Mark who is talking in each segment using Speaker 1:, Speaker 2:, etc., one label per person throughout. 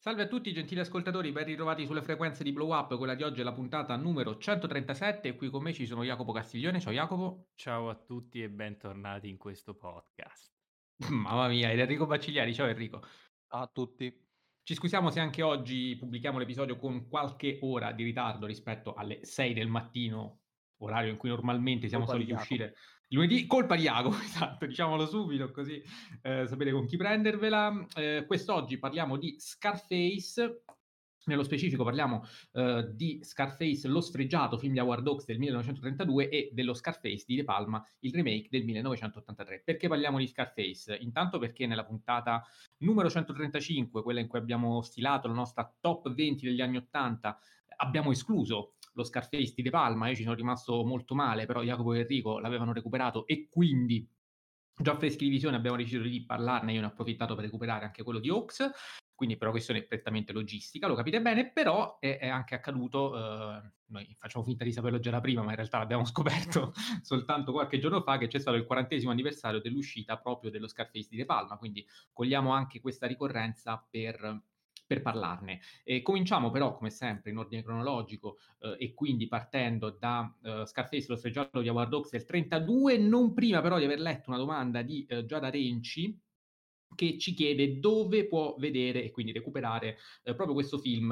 Speaker 1: Salve a tutti gentili ascoltatori, ben ritrovati sulle frequenze di Blow Up. Quella di oggi è la puntata numero 137 e qui con me ci sono Jacopo Castiglione. Ciao Jacopo.
Speaker 2: Ciao a tutti e bentornati in questo podcast.
Speaker 1: Mamma mia, ed Enrico Bacigliari. Ciao Enrico.
Speaker 3: Ciao a tutti.
Speaker 1: Ci scusiamo se anche oggi pubblichiamo l'episodio con qualche ora di ritardo rispetto alle 6 del mattino, orario in cui normalmente siamo
Speaker 3: Colpa di
Speaker 1: soliti
Speaker 3: Jacopo.
Speaker 1: uscire lunedì. Colpa di Jacopo, esatto, diciamolo subito così sapete con chi prendervela. Quest'oggi parliamo di Scarface. Nello specifico parliamo di Scarface, lo sfregiato film di Howard Hawks del 1932 e dello Scarface di De Palma, il remake del 1983. Perché parliamo di Scarface? Intanto perché nella puntata numero 135, quella in cui abbiamo stilato la nostra top 20 degli anni 80, abbiamo escluso lo Scarface di De Palma. Io ci sono rimasto molto male, però Jacopo e Enrico l'avevano recuperato e quindi già freschi di visione abbiamo deciso di parlarne. Io ne ho approfittato per recuperare anche quello di Hawks, quindi per una questione prettamente logistica, lo capite bene, però è anche accaduto, noi facciamo finta di saperlo già da prima, ma in realtà l'abbiamo scoperto soltanto qualche giorno fa, che c'è stato il 40° anniversario dell'uscita proprio dello Scarface di De Palma, quindi cogliamo anche questa ricorrenza per parlarne. Cominciamo però, come sempre, in ordine cronologico, e quindi partendo da Scarface, lo sfregiato di Howard Hawks del 32, non prima però di aver letto una domanda di Giada Renci, che ci chiede dove può vedere e quindi recuperare proprio questo film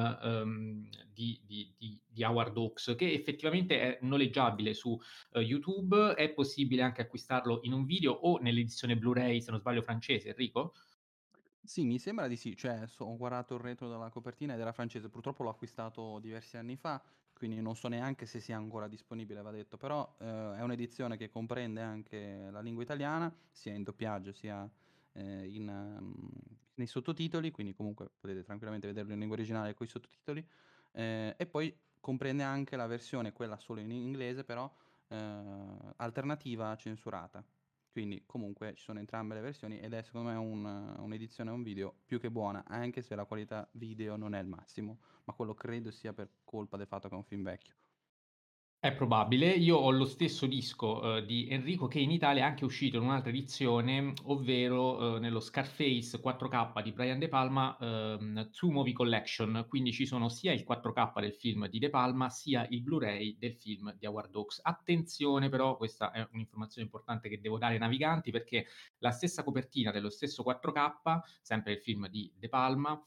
Speaker 1: di Howard Hawks, che effettivamente è noleggiabile su YouTube. È possibile anche acquistarlo in un video o nell'edizione Blu-ray, se non sbaglio, francese, Enrico?
Speaker 3: Sì, mi sembra di sì, cioè ho guardato il retro della copertina ed era francese, purtroppo l'ho acquistato diversi anni fa, quindi non so neanche se sia ancora disponibile, va detto, però è un'edizione che comprende anche la lingua italiana, sia in doppiaggio sia nei sottotitoli, quindi comunque potete tranquillamente vederlo in lingua originale con i sottotitoli, e poi comprende anche la versione, quella solo in inglese, però alternativa censurata. Quindi comunque ci sono entrambe le versioni ed è secondo me un'edizione a un video più che buona, anche se la qualità video non è il massimo, ma quello credo sia per colpa del fatto che è un film vecchio.
Speaker 1: È probabile. Io ho lo stesso disco di Enrico, che in Italia è anche uscito in un'altra edizione, ovvero nello Scarface 4K di Brian De Palma, Two Movie Collection. Quindi ci sono sia il 4K del film di De Palma, sia il Blu-ray del film di Howard Hawks. Attenzione però, questa è un'informazione importante che devo dare ai naviganti, perché la stessa copertina dello stesso 4K, sempre del film di De Palma,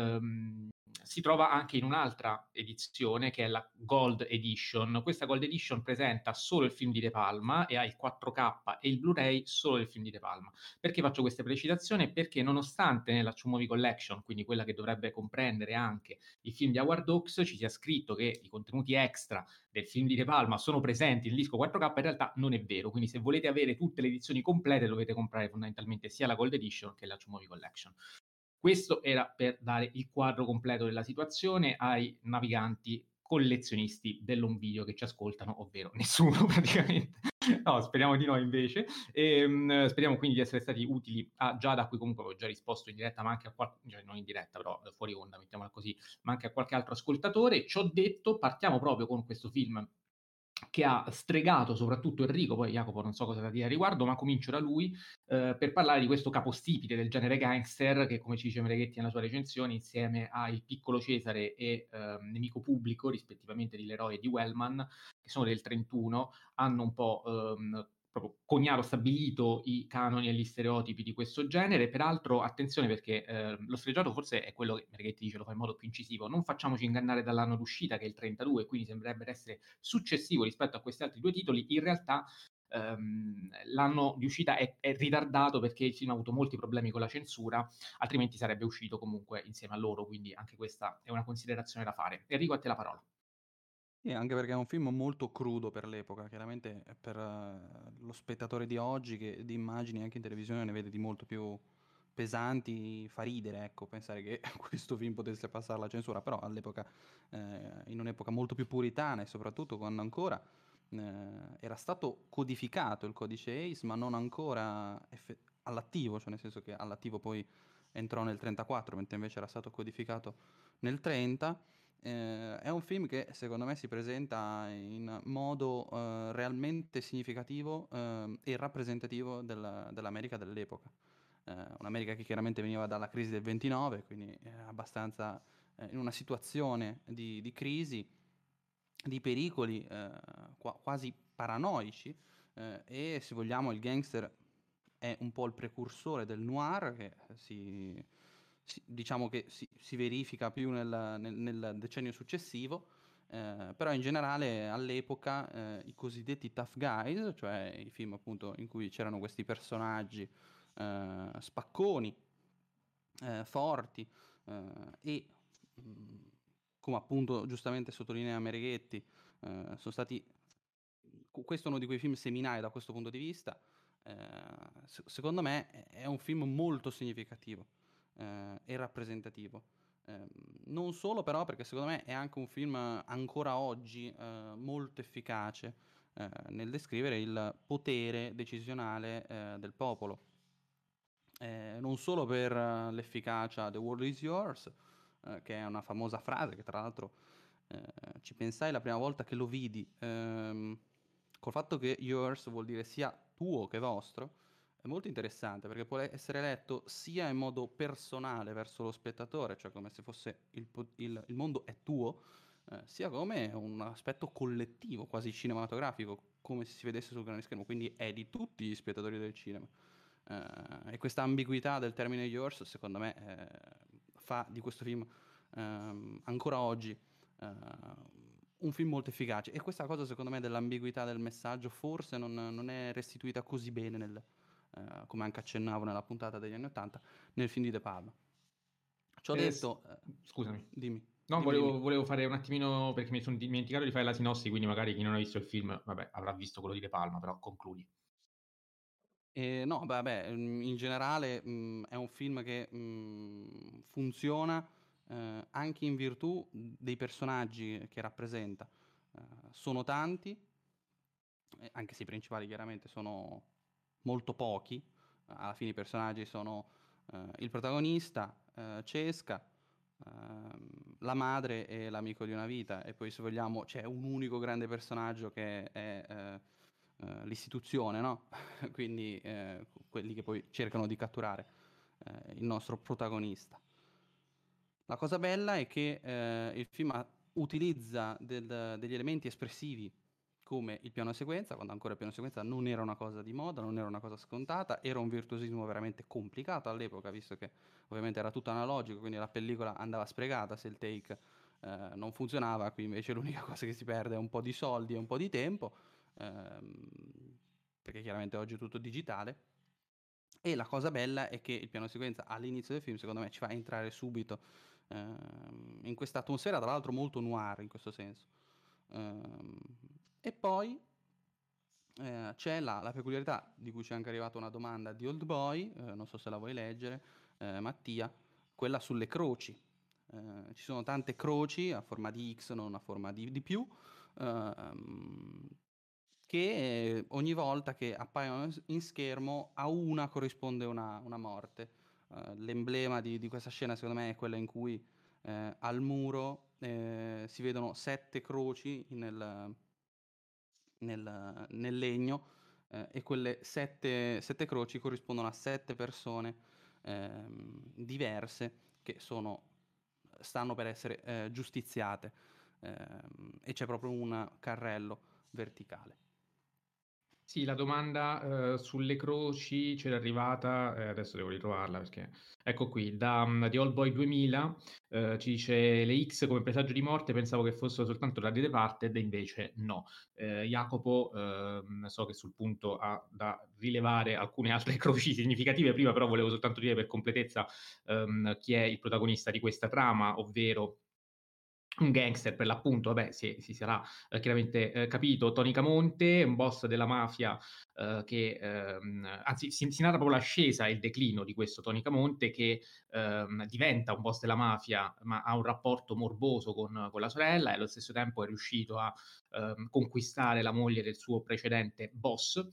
Speaker 1: si trova anche in un'altra edizione che è la Gold Edition. Questa Gold Edition presenta solo il film di De Palma e ha il 4K e il Blu-ray solo del film di De Palma. Perché faccio queste precisazioni? Perché nonostante nella True Movie Collection, quindi quella che dovrebbe comprendere anche i film di Howard Hawks, ci sia scritto che i contenuti extra del film di De Palma sono presenti nel disco 4K, in realtà non è vero. Quindi se volete avere tutte le edizioni complete dovete comprare fondamentalmente sia la Gold Edition che la True Movie Collection. Questo era per dare il quadro completo della situazione ai naviganti collezionisti dell'home video che ci ascoltano, ovvero nessuno praticamente. No, speriamo di no invece. Speriamo quindi di essere stati utili a Giada, a cui comunque avevo già risposto in diretta, ma anche a cioè non in diretta, però fuori onda, mettiamola così, ma anche a qualche altro ascoltatore. Ci ho detto, partiamo proprio con questo film che ha stregato soprattutto Enrico, poi Jacopo non so cosa da dire a riguardo, ma comincio da lui per parlare di questo capostipite del genere gangster che, come ci dice Mereghetti nella sua recensione, insieme a Il piccolo Cesare e Nemico pubblico, rispettivamente di Leroy e di Wellman, che sono del 31, hanno un po' proprio coniato, stabilito i canoni e gli stereotipi di questo genere. Peraltro, attenzione perché lo sfregiato forse è quello che Mereghetti dice, lo fa in modo più incisivo. Non facciamoci ingannare dall'anno d'uscita, che è il 32, quindi sembrerebbe essere successivo rispetto a questi altri due titoli. In realtà l'anno di uscita è ritardato perché il film ha avuto molti problemi con la censura, altrimenti sarebbe uscito comunque insieme a loro, quindi anche questa è una considerazione da fare. Enrico, a te la parola.
Speaker 3: Sì, anche perché è un film molto crudo per l'epoca, chiaramente per lo spettatore di oggi che di immagini anche in televisione ne vede di molto più pesanti, fa ridere, ecco, pensare che questo film potesse passare la censura, però all'epoca, in un'epoca molto più puritana e soprattutto quando ancora era stato codificato il codice ACE, ma non ancora all'attivo, cioè nel senso che all'attivo poi entrò nel 34, mentre invece era stato codificato nel 30. È un film che secondo me si presenta in modo realmente significativo e rappresentativo dell'America dell'epoca. un'America che chiaramente veniva dalla crisi del 29, quindi abbastanza in una situazione di crisi, di pericoli quasi paranoici, e se vogliamo il gangster è un po' il precursore del noir che diciamo che si verifica più nel decennio successivo, però in generale all'epoca i cosiddetti tough guys, cioè i film appunto in cui c'erano questi personaggi spacconi, forti, e mh, come appunto giustamente sottolinea Mereghetti, sono stati questo è uno di quei film seminali da questo punto di vista. Secondo me è un film molto significativo e rappresentativo. Ehm, Non solo però perché secondo me è anche un film ancora oggi molto efficace nel descrivere il potere decisionale del popolo. Non solo per l'efficacia "The world is yours", che è una famosa frase che tra l'altro eh, ci pensai la prima volta che lo vidi, col fatto che yours vuol dire sia tuo che vostro, è molto interessante perché può essere letto sia in modo personale verso lo spettatore, cioè come se fosse il mondo è tuo, sia come un aspetto collettivo, quasi cinematografico, come se si vedesse sul grande schermo, quindi è di tutti gli spettatori del cinema. E questa ambiguità del termine yours, secondo me, fa di questo film ancora oggi un film molto efficace. E questa cosa, secondo me, dell'ambiguità del messaggio forse non è restituita così bene, come anche accennavo nella puntata degli anni '80, nel film di De Palma. Ciò
Speaker 1: S
Speaker 3: detto,
Speaker 1: Scusami.
Speaker 3: dimmi,
Speaker 1: No,
Speaker 3: dimmi, dimmi.
Speaker 1: volevo fare un attimino perché mi son dimenticato di fare la sinossi, quindi magari chi non ha visto il film, vabbè, avrà visto quello di De Palma, però concludi.
Speaker 3: No, vabbè, in generale, è un film che, funziona, anche in virtù, dei personaggi che rappresenta. Sono tanti, anche se i principali chiaramente sono molto pochi. Alla fine i personaggi sono, il protagonista, Cesca, la madre e l'amico di una vita e poi se vogliamo c'è un unico grande personaggio che è, l'istituzione, no? Quindi quelli che poi cercano di catturare il nostro protagonista. La cosa bella è che il film utilizza degli elementi espressivi come il piano sequenza, quando ancora il piano sequenza non era una cosa di moda, non era una cosa scontata, era un virtuosismo veramente complicato all'epoca, visto che ovviamente era tutto analogico, quindi la pellicola andava sprecata se il take non funzionava, qui invece l'unica cosa che si perde è un po' di soldi e un po' di tempo, ehm, perché chiaramente oggi è tutto digitale. E la cosa bella è che il piano sequenza all'inizio del film, secondo me, ci fa entrare subito in questa atmosfera, tra l'altro molto noir in questo senso. Ehm, e poi c'è la peculiarità di cui ci è anche arrivata una domanda di Old Boy, non so se la vuoi leggere, Mattia, quella sulle croci. Ci sono tante croci a forma di X, non a forma di più, ehm, che ogni volta che appaiono in schermo a una corrisponde una morte. L'emblema di questa scena secondo me è quella in cui al muro si vedono 7 croci nel legno e quelle 7 croci corrispondono a 7 persone diverse che stanno per essere giustiziate e c'è proprio un carrello verticale.
Speaker 1: Sì, la domanda, sulle croci c'era arrivata, adesso devo ritrovarla perché ecco qui, di Oldboy 2000, ci dice: "Le X come presagio di morte pensavo che fossero soltanto da The Departed e invece no". Jacopo, so che è sul punto ha da rilevare alcune altre croci significative, prima però volevo soltanto dire per completezza, chi è il protagonista di questa trama, ovvero un gangster per l'appunto, vabbè si sarà, chiaramente, capito, Tony Camonte, un boss della mafia, che, anzi si narra proprio l'ascesa e il declino di questo Tony Camonte che, diventa un boss della mafia, ma ha un rapporto morboso con la sorella e allo stesso tempo è riuscito a, conquistare la moglie del suo precedente boss.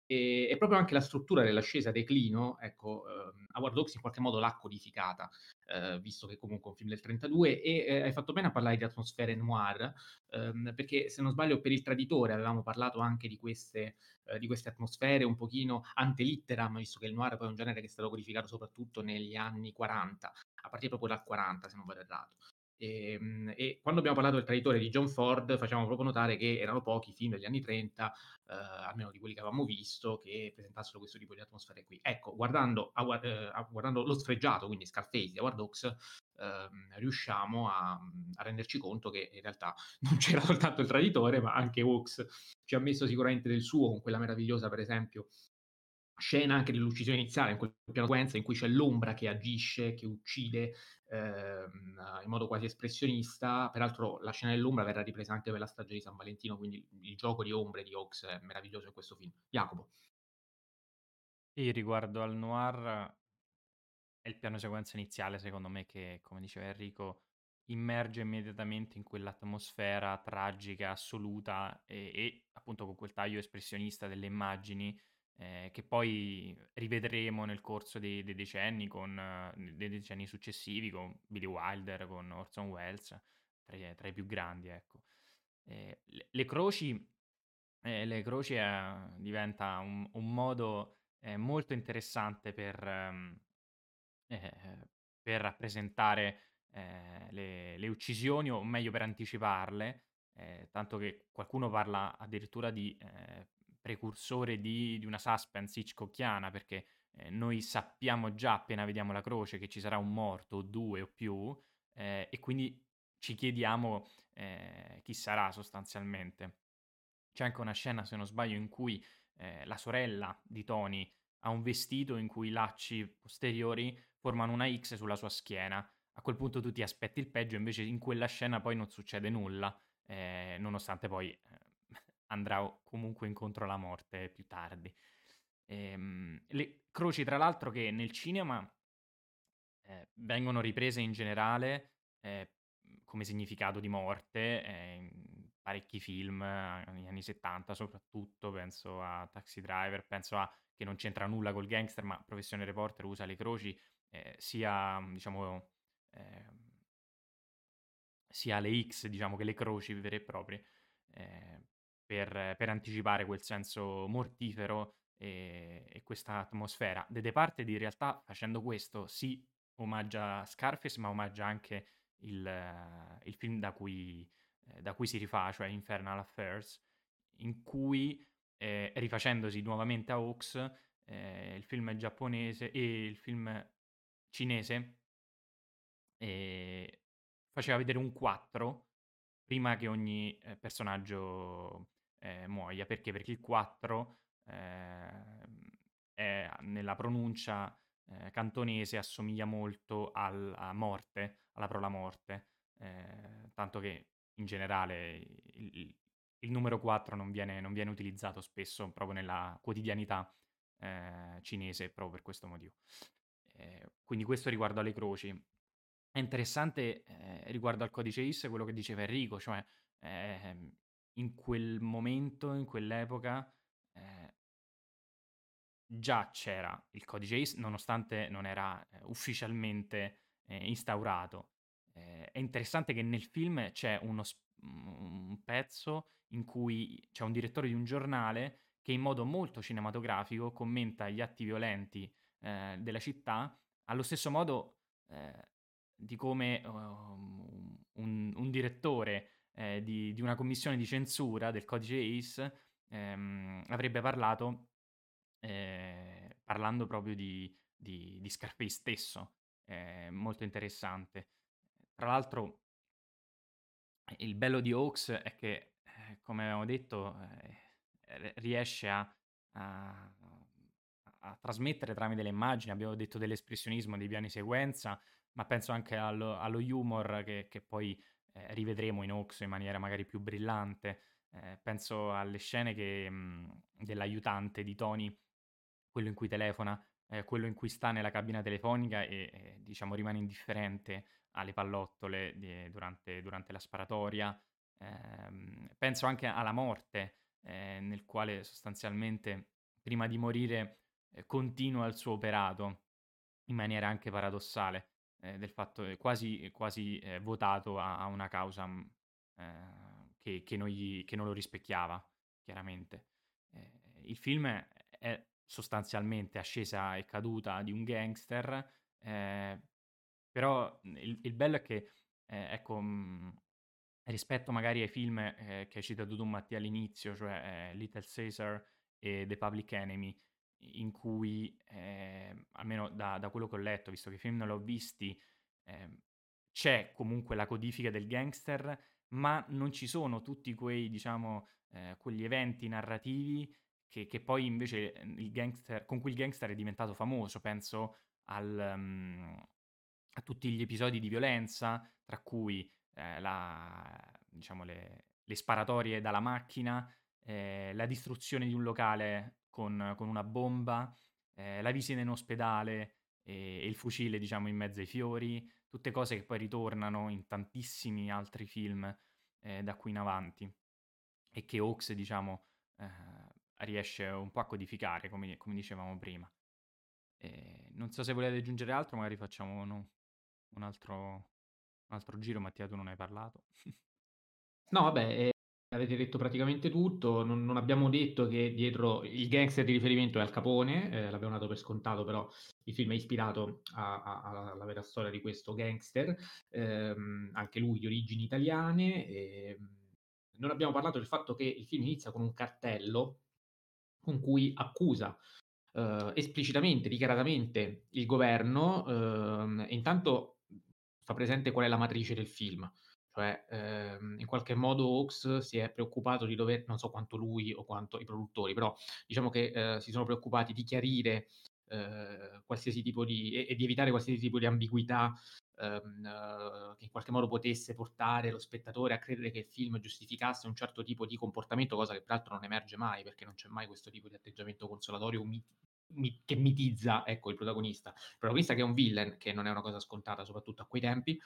Speaker 1: E proprio anche la struttura dell'ascesa declino, ecco, Howard Hawks in qualche modo l'ha codificata, visto che comunque è un film del '32 e, hai fatto bene a parlare di atmosfere noir, perché se non sbaglio per Il Traditore avevamo parlato anche di queste atmosfere un pochino ante litteram, visto che il noir poi è un genere che è stato codificato soprattutto negli anni '40, a partire proprio dal '40 se non vado errato. E quando abbiamo parlato del Traditore di John Ford, facevamo proprio notare che erano pochi i film degli anni '30, almeno di quelli che avevamo visto, che presentassero questo tipo di atmosfere qui. Ecco, guardando Lo Sfregiato, quindi Scarface di Howard Hawks, riusciamo a renderci conto che in realtà non c'era soltanto il traditore, ma anche Hawks ci ha messo sicuramente del suo, con quella meravigliosa, per esempio, scena anche dell'uccisione iniziale, in quel piano sequenza in cui c'è l'ombra che agisce, che uccide, in modo quasi espressionista. Peraltro la scena dell'ombra verrà ripresa anche per la strage di San Valentino, quindi il gioco di ombre di Hawks è meraviglioso in questo film. Jacopo.
Speaker 2: Sì, riguardo al noir è il piano sequenza iniziale secondo me che, come diceva Enrico, immerge immediatamente in quell'atmosfera tragica, assoluta e appunto con quel taglio espressionista delle immagini, che poi rivedremo nel corso dei decenni dei decenni successivi con Billy Wilder, con Orson Welles, tra i più grandi, ecco. Le croci, diventa un modo, molto interessante ehm, per rappresentare, le uccisioni o meglio per anticiparle, tanto che qualcuno parla addirittura di, precursore di una suspense hitchcockiana, perché, noi sappiamo già appena vediamo la croce che ci sarà un morto o 2 o più, e quindi ci chiediamo, chi sarà sostanzialmente. C'è anche una scena, se non sbaglio, in cui, la sorella di Tony ha un vestito in cui i lacci posteriori formano una X sulla sua schiena. A quel punto tu ti aspetti il peggio, invece in quella scena poi non succede nulla, nonostante poi, andrà o comunque incontro alla morte più tardi. Le croci tra l'altro che nel cinema vengono riprese in generale, come significato di morte, in parecchi film negli anni '70 soprattutto, penso a Taxi Driver, penso a che non c'entra nulla col gangster, ma Professione Reporter usa le croci, sia diciamo, ehm sia le X, diciamo, che le croci vere e proprie, ehm, per anticipare quel senso mortifero, e questa atmosfera. The Departed in realtà facendo questo sì, omaggia Scarface, ma omaggia anche il film da cui si rifà, cioè Infernal Affairs, in cui, rifacendosi nuovamente a Hawks, il film giapponese e il film cinese Ehm, faceva vedere un 4 prima che ogni, personaggio, muoia. Perché? Perché il 4, è nella pronuncia, cantonese assomiglia molto alla morte, alla parola morte, tanto che in generale il numero 4 non viene utilizzato spesso proprio nella quotidianità, cinese, proprio per questo motivo. Quindi questo riguardo alle croci. È interessante, riguardo al codice IS quello che diceva Enrico, cioè, ehm, in quel momento, in quell'epoca, ehm, già c'era il codice IS nonostante non era, ufficialmente, instaurato. È interessante che nel film c'è un pezzo in cui c'è un direttore di un giornale che in modo molto cinematografico commenta gli atti violenti, della città, allo stesso modo, di come, un direttore, di una commissione di censura del codice IS, avrebbe parlando proprio di Scarface stesso. Molto interessante. Tra l'altro il bello di Hawks è che, come avevamo detto, riesce a a trasmettere tramite le immagini. Abbiamo detto dell'espressionismo, dei piani sequenza, ma penso anche allo humor che poi, rivedremo in Hawks in maniera magari più brillante. Penso alle scene dell'aiutante di Tony, quello in cui telefona, quello in cui sta nella cabina telefonica e diciamo rimane indifferente alle pallottole durante la sparatoria. Penso anche alla morte, nel quale sostanzialmente prima di morire continua il suo operato in maniera anche paradossale, del fatto quasi votato a una causa, che non lo rispecchiava chiaramente. Il film è sostanzialmente ascesa e caduta di un gangster, però il bello è che, ecco, rispetto magari ai film, che hai citato tu Mattia all'inizio, cioè, Little Caesar e The Public Enemy, in cui, almeno da quello che ho letto, visto che i film non l'ho visti, ehm, c'è comunque la codifica del gangster, ma non ci sono tutti quei diciamo, quegli eventi narrativi che poi invece, il gangster con cui il gangster è diventato famoso. Penso a tutti gli episodi di violenza, tra cui, diciamo le sparatorie dalla macchina, la distruzione di un locale con una bomba, la visita in ospedale, e il fucile diciamo in mezzo ai fiori, tutte cose che poi ritornano in tantissimi altri film, da qui in avanti e che Hawks diciamo, riesce un po' a codificare come dicevamo prima. Non so se volete aggiungere altro, magari facciamo un altro giro. Mattia, tu non hai parlato.
Speaker 1: No vabbè, avete detto praticamente tutto. Non abbiamo detto che dietro il gangster di riferimento è Al Capone, l'abbiamo dato per scontato, però il film è ispirato alla vera storia di questo gangster, anche lui di origini italiane. Non abbiamo parlato del fatto che il film inizia con un cartello con cui accusa esplicitamente, dichiaratamente il governo, e intanto fa presente qual è la matrice del film. Cioè, in qualche modo Hawks si è preoccupato di dover, non so quanto lui o quanto i produttori, però diciamo che, si sono preoccupati di chiarire, qualsiasi tipo di e di evitare qualsiasi tipo di ambiguità, che in qualche modo potesse portare lo spettatore a credere che il film giustificasse un certo tipo di comportamento, cosa che peraltro non emerge mai, perché non c'è mai questo tipo di atteggiamento consolatorio che mitizza, ecco, il protagonista. Il protagonista che è un villain, che non è una cosa scontata, soprattutto a quei tempi.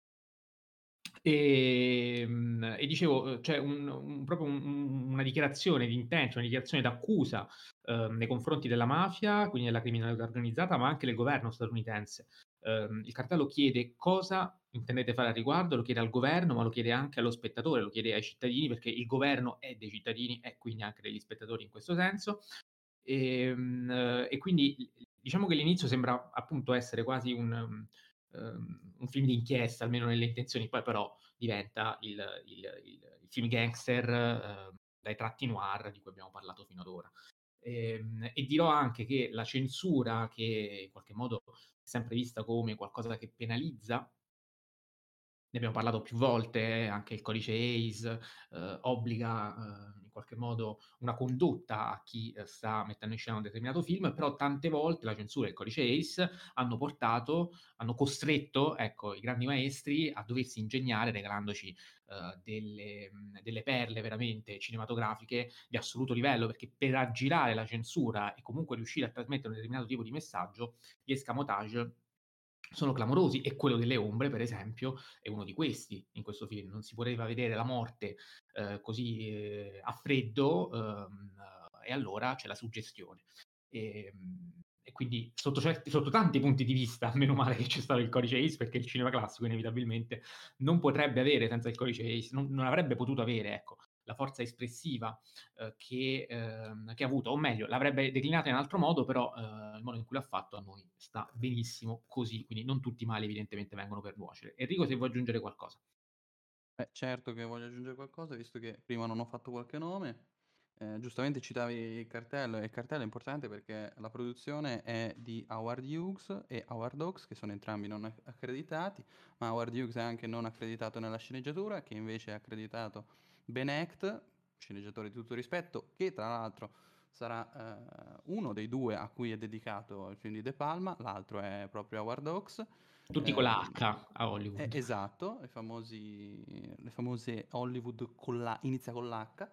Speaker 1: E dicevo, c'è proprio una dichiarazione di intento, una dichiarazione d'accusa, nei confronti della mafia, quindi della criminalità organizzata, ma anche del governo statunitense. Il cartello chiede cosa intendete fare al riguardo, lo chiede al governo, ma lo chiede anche allo spettatore, lo chiede ai cittadini, perché il governo è dei cittadini e quindi anche degli spettatori in questo senso. E quindi diciamo che l'inizio sembra appunto essere quasi un film d'inchiesta, almeno nelle intenzioni, poi però diventa il film gangster, dai tratti noir di cui abbiamo parlato fino ad ora. E dirò anche che la censura, che in qualche modo è sempre vista come qualcosa che penalizza, ne abbiamo parlato più volte, anche il codice ACE, obbliga, in qualche modo una condotta a chi, sta mettendo in scena un determinato film, però tante volte la censura e il codice ACE hanno costretto, ecco, i grandi maestri a doversi ingegnare regalandoci, delle perle veramente cinematografiche di assoluto livello, perché per aggirare la censura e comunque riuscire a trasmettere un determinato tipo di messaggio, gli escamotage sono clamorosi e quello delle ombre, per esempio, è uno di questi in questo film. Non si poteva vedere la morte, così, a freddo, e allora c'è la suggestione. E quindi sotto tanti punti di vista, meno male che c'è stato il codice ACE, perché il cinema classico inevitabilmente non potrebbe avere senza il codice ACE, non avrebbe potuto avere, ecco, la forza espressiva, che ha avuto, o meglio l'avrebbe declinata in altro modo, però, il modo in cui l'ha fatto a noi sta benissimo così, quindi non tutti i mali evidentemente vengono per nuocere. Enrico, se vuoi aggiungere qualcosa.
Speaker 3: Certo che voglio aggiungere qualcosa, visto che prima non ho fatto qualche nome. Giustamente citavi il cartello, e il cartello è importante perché la produzione è di Howard Hughes e Howard Hawks, che sono entrambi non accreditati, ma Howard Hughes è anche non accreditato nella sceneggiatura, che invece è accreditato Ben Hecht, sceneggiatore di tutto rispetto, che tra l'altro sarà uno dei due a cui è dedicato il film di De Palma, l'altro è proprio Howard Hawks.
Speaker 1: Tutti con la
Speaker 3: Ehm,
Speaker 1: H a Hollywood.
Speaker 3: esatto, le famose Hollywood inizia con l'H.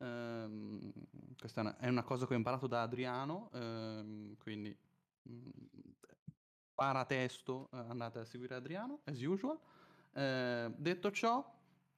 Speaker 3: Questa è una cosa che ho imparato da Adriano, quindi mm, paratesto, andate a seguire Adriano, as usual. Detto ciò,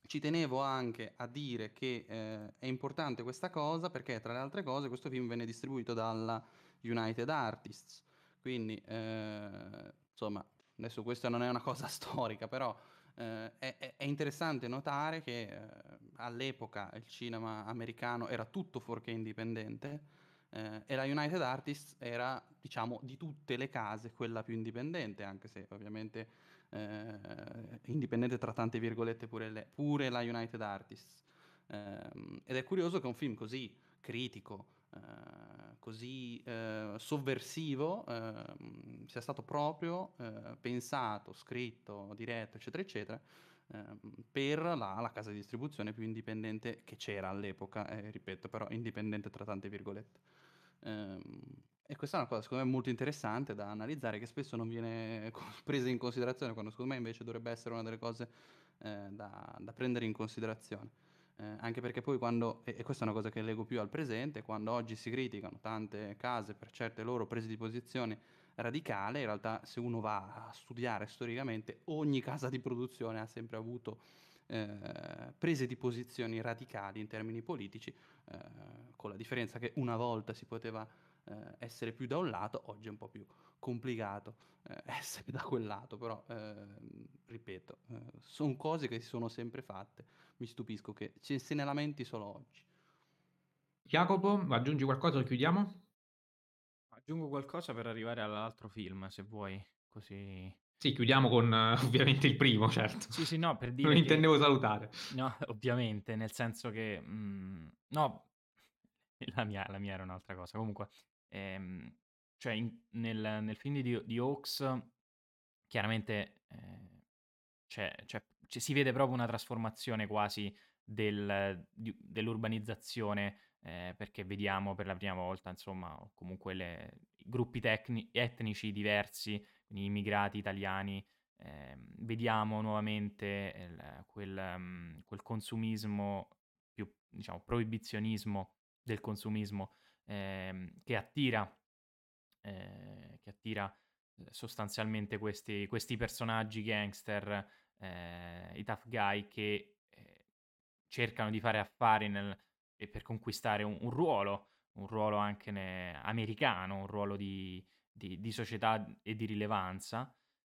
Speaker 3: ci tenevo anche a dire che è importante questa cosa perché, tra le altre cose, questo film venne distribuito dalla United Artists. Quindi, insomma, adesso questa non è una cosa storica, però è interessante notare che all'epoca il cinema americano era tutto fuorché indipendente, e la United Artists era, diciamo, di tutte le case quella più indipendente, anche se ovviamente indipendente tra tante virgolette pure la United Artists. Ed è curioso che un film così critico, così sovversivo, sia stato proprio pensato, scritto, diretto, eccetera, eccetera, per la casa di distribuzione più indipendente che c'era all'epoca, ripeto, però indipendente tra tante virgolette. Ehm, e questa è una cosa secondo me molto interessante da analizzare, che spesso non viene presa in considerazione, quando secondo me invece dovrebbe essere una delle cose da prendere in considerazione. Anche perché poi quando, e questa è una cosa che leggo più al presente, quando oggi si criticano tante case per certe loro prese di posizione radicale, in realtà se uno va a studiare storicamente, ogni casa di produzione ha sempre avuto prese di posizioni radicali in termini politici, con la differenza che una volta si poteva essere più da un lato, oggi è un po' più complicato essere da quel lato, però ripeto, sono cose che si sono sempre fatte. Mi stupisco che se ne lamenti solo oggi.
Speaker 1: Jacopo, aggiungi qualcosa o chiudiamo?
Speaker 2: Aggiungo qualcosa per arrivare all'altro film, se vuoi, così...
Speaker 1: Sì, chiudiamo con ovviamente il primo, certo.
Speaker 2: Sì, sì, no, per
Speaker 1: Non
Speaker 2: dire che...
Speaker 1: intendevo salutare.
Speaker 2: No, ovviamente, nel senso che... no, la mia era un'altra cosa. Comunque, cioè nel film di Hawks, chiaramente si vede proprio una trasformazione quasi dell'urbanizzazione, perché vediamo per la prima volta, insomma, o comunque i gruppi etnici diversi, quindi immigrati italiani, vediamo nuovamente quel consumismo più, diciamo, proibizionismo del consumismo, che attira sostanzialmente questi personaggi gangster, i tough guy che cercano di fare affari e per conquistare un ruolo anche americano, un ruolo di società e di rilevanza.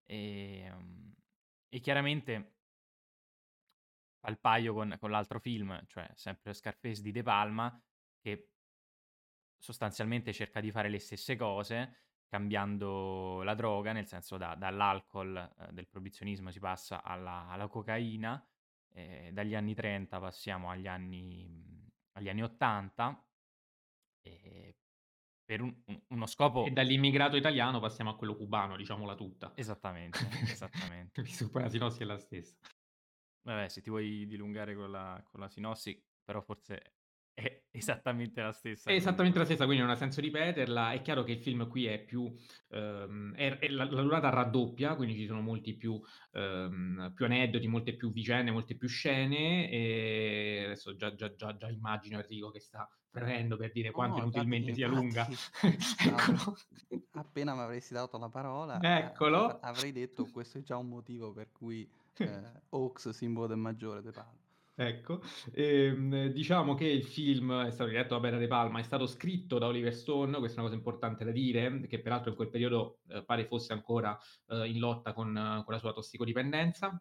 Speaker 2: E chiaramente fa il paio con l'altro film, cioè sempre Scarface di De Palma, che sostanzialmente cerca di fare le stesse cose, cambiando la droga, nel senso dall'alcol, del proibizionismo si passa alla cocaina, dagli anni '30 passiamo agli anni '80, ehm, per uno
Speaker 1: E
Speaker 2: scopo...
Speaker 1: dall'immigrato italiano passiamo a quello cubano, diciamola tutta.
Speaker 2: Esattamente, esattamente.
Speaker 1: Visto che poi la sinossi è la stessa.
Speaker 2: Vabbè, se ti vuoi dilungare con la sinossi, però forse è esattamente la
Speaker 1: È
Speaker 2: stessa, quindi
Speaker 1: esattamente la
Speaker 2: forse...
Speaker 1: stessa, quindi non ha senso ripeterla. È chiaro che il film qui è più è la durata raddoppia, quindi ci sono molti più aneddoti, molte più vicende, molte più scene, adesso già immagino Enrico che sta fremendo per dire
Speaker 3: No,
Speaker 1: quanto
Speaker 3: no, infatti,
Speaker 1: inutilmente sia lunga.
Speaker 3: infatti stavo,
Speaker 1: Eccolo.
Speaker 3: appena mi avresti dato la parola,
Speaker 1: Eccolo.
Speaker 3: avrei detto questo è già un motivo per cui Hawks, simbolo del maggiore De Palma.
Speaker 1: Ecco, diciamo che il film è stato diretto da Brian De Palma, è stato scritto da Oliver Stone, questa è una cosa importante da dire, che peraltro in quel periodo, pare fosse ancora, in lotta con la sua tossicodipendenza.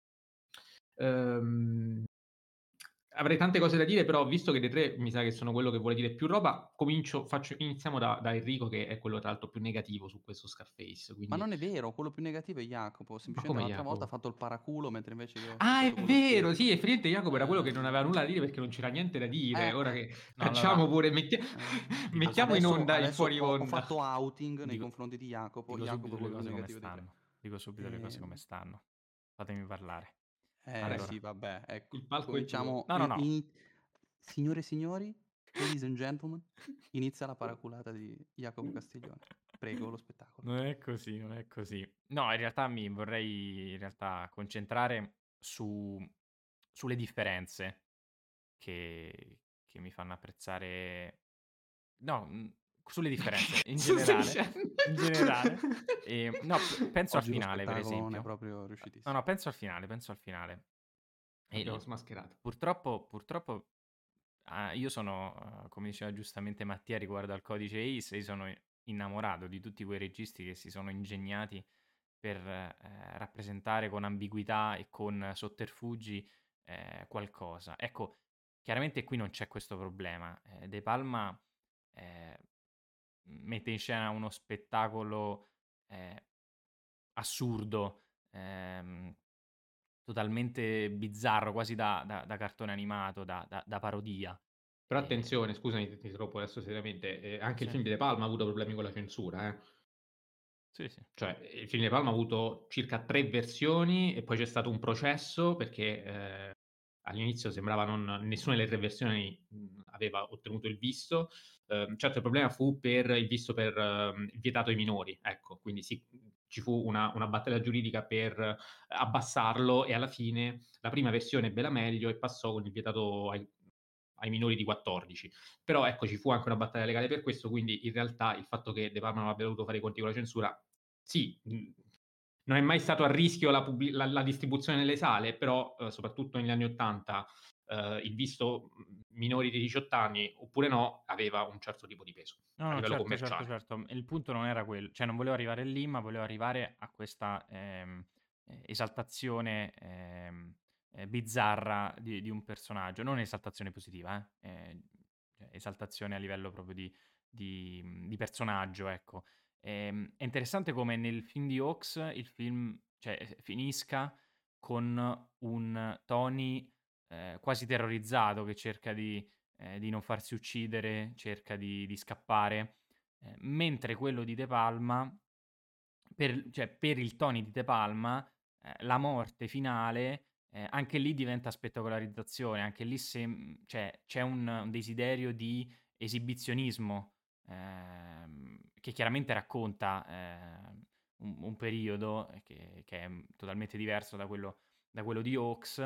Speaker 1: Ehm Avrei tante cose da dire, però visto che dei 3 mi sa che sono quello che vuole dire più roba, iniziamo da Enrico che è quello tra l'altro più negativo su questo Scarface,
Speaker 3: Ma
Speaker 1: quindi
Speaker 3: non è vero, quello più negativo è Jacopo,
Speaker 1: ma
Speaker 3: semplicemente
Speaker 1: come
Speaker 3: l'altra volta ha
Speaker 1: Jacopo?
Speaker 3: fatto il paraculo, mentre invece io sono
Speaker 1: Ah, è
Speaker 3: stato quello
Speaker 1: vero,
Speaker 3: spirito.
Speaker 1: sì, effettivamente Jacopo era quello che non aveva nulla da
Speaker 3: Eh,
Speaker 1: dire perché non c'era niente da dire. Ora
Speaker 3: eh,
Speaker 1: che
Speaker 2: No, allora,
Speaker 1: facciamo pure
Speaker 2: dico
Speaker 1: mettiamo in
Speaker 2: subito
Speaker 3: adesso,
Speaker 1: onda il
Speaker 3: adesso
Speaker 1: fuori
Speaker 3: ho
Speaker 1: onda.
Speaker 3: fatto outing nei
Speaker 2: dico
Speaker 3: confronti di Jacopo,
Speaker 2: dico
Speaker 3: Jacopo
Speaker 2: subito
Speaker 3: è
Speaker 2: le
Speaker 3: quello più
Speaker 2: cose come
Speaker 3: negativo dei tre.
Speaker 2: stanno. Dico subito le cose come
Speaker 3: Ehm,
Speaker 2: stanno. Fatemi parlare.
Speaker 1: Prego,
Speaker 3: sì,
Speaker 2: Allora,
Speaker 3: vabbè, ecco,
Speaker 1: il palco è tuo.
Speaker 3: cominciamo.
Speaker 2: no, no, no,
Speaker 3: Signore e signori, ladies and gentlemen, inizia la paraculata di Jacopo Castiglione. Prego, lo spettacolo.
Speaker 2: non è così, non è così. No, in realtà mi vorrei concentrare sulle differenze che mi fanno apprezzare... No, sulle differenze in
Speaker 1: Cosa stai
Speaker 2: generale,
Speaker 1: dicendo?
Speaker 2: in generale. No, penso al
Speaker 3: Oggi lo
Speaker 2: finale, per
Speaker 3: spettacolo non è
Speaker 2: esempio.
Speaker 3: proprio
Speaker 2: No,
Speaker 3: riuscitissimo.
Speaker 2: no, penso al finale, penso al finale. E
Speaker 1: L'abbiamo smascherato.
Speaker 2: purtroppo, io sono, come diceva giustamente Mattia riguardo al Codice Ace, io sono innamorato di tutti quei registi che si sono ingegnati per rappresentare con ambiguità e con sotterfugi qualcosa. Ecco, chiaramente qui non c'è questo problema. De Palma eh, mette in scena uno spettacolo eh, assurdo, totalmente bizzarro, quasi da cartone animato, da parodia.
Speaker 1: Però
Speaker 2: Eh,
Speaker 1: attenzione, scusami se ti interrompo adesso seriamente, anche il
Speaker 2: sì,
Speaker 1: film di De Palma ha avuto problemi con la censura, eh.
Speaker 2: sì, sì.
Speaker 1: Cioè, il film di De Palma ha avuto circa 3 versioni e poi c'è stato un processo perché, all'inizio sembrava non nessuna delle 3 versioni, aveva ottenuto il visto. Certo il problema fu per il visto per il vietato ai minori, ecco. Quindi ci fu una battaglia giuridica per abbassarlo e alla fine la prima versione ebbe la meglio e passò con il vietato ai minori di 14. Però ecco, ci fu anche una battaglia legale per questo, quindi in realtà il fatto che De Palma non abbia dovuto fare i conti con la censura sì, non è mai stato a rischio la distribuzione nelle sale, però, soprattutto negli anni '80, il visto, minori di 18 anni oppure no, aveva un certo tipo di peso
Speaker 2: No,
Speaker 1: a
Speaker 2: no,
Speaker 1: livello
Speaker 2: certo, certo,
Speaker 1: commerciale.
Speaker 2: certo. Il punto non era cioè non volevo arrivare lì, ma volevo arrivare a questa, esaltazione, bizzarra di un personaggio. Non esaltazione positiva, cioè esaltazione a livello proprio di personaggio, ecco. È interessante come nel film di Hawks il film, cioè, finisca con un Tony, quasi terrorizzato che cerca di non farsi uccidere, cerca di scappare, mentre quello di De Palma, per il Tony di De Palma, la morte finale, anche lì diventa spettacolarizzazione, anche lì cioè c'è un desiderio di esibizionismo, che chiaramente racconta, un periodo, che è, totalmente diverso da quello di Hawks,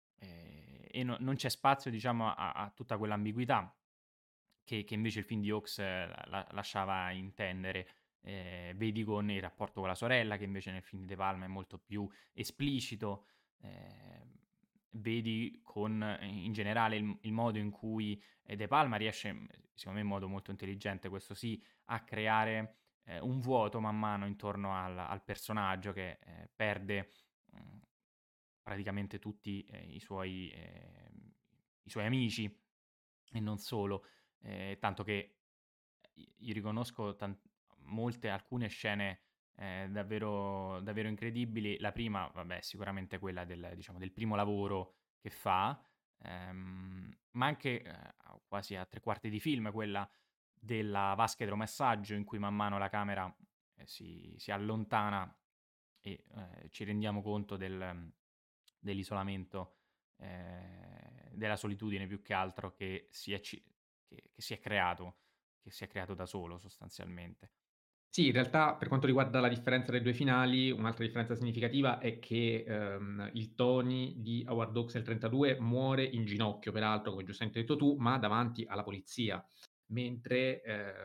Speaker 2: e non c'è spazio diciamo a tutta quell'ambiguità che invece il film di Hawks lasciava intendere. Vedi con il rapporto con la sorella, che invece nel film di De Palma è molto più esplicito. ehm, Vedi con in generale il modo in cui De Palma riesce, secondo me in modo molto intelligente, questo sì, a creare un vuoto man mano intorno al personaggio che perde mh, praticamente tutti i suoi amici e non solo, tanto che io riconosco alcune scene, davvero davvero incredibili. La prima, vabbè, è sicuramente quella del primo lavoro che fa, ma anche, quasi a 3/4 di film, quella della vasca idromassaggio in cui man mano la camera, si allontana e, ci rendiamo conto dell'isolamento, della solitudine più che altro che si è creato da solo sostanzialmente.
Speaker 1: Sì, in realtà per quanto riguarda la differenza dei 2 finali, un'altra differenza significativa è che, il Tony di Howard Hawks nel '32 muore in ginocchio peraltro, come giustamente hai detto tu, ma davanti alla polizia, mentre,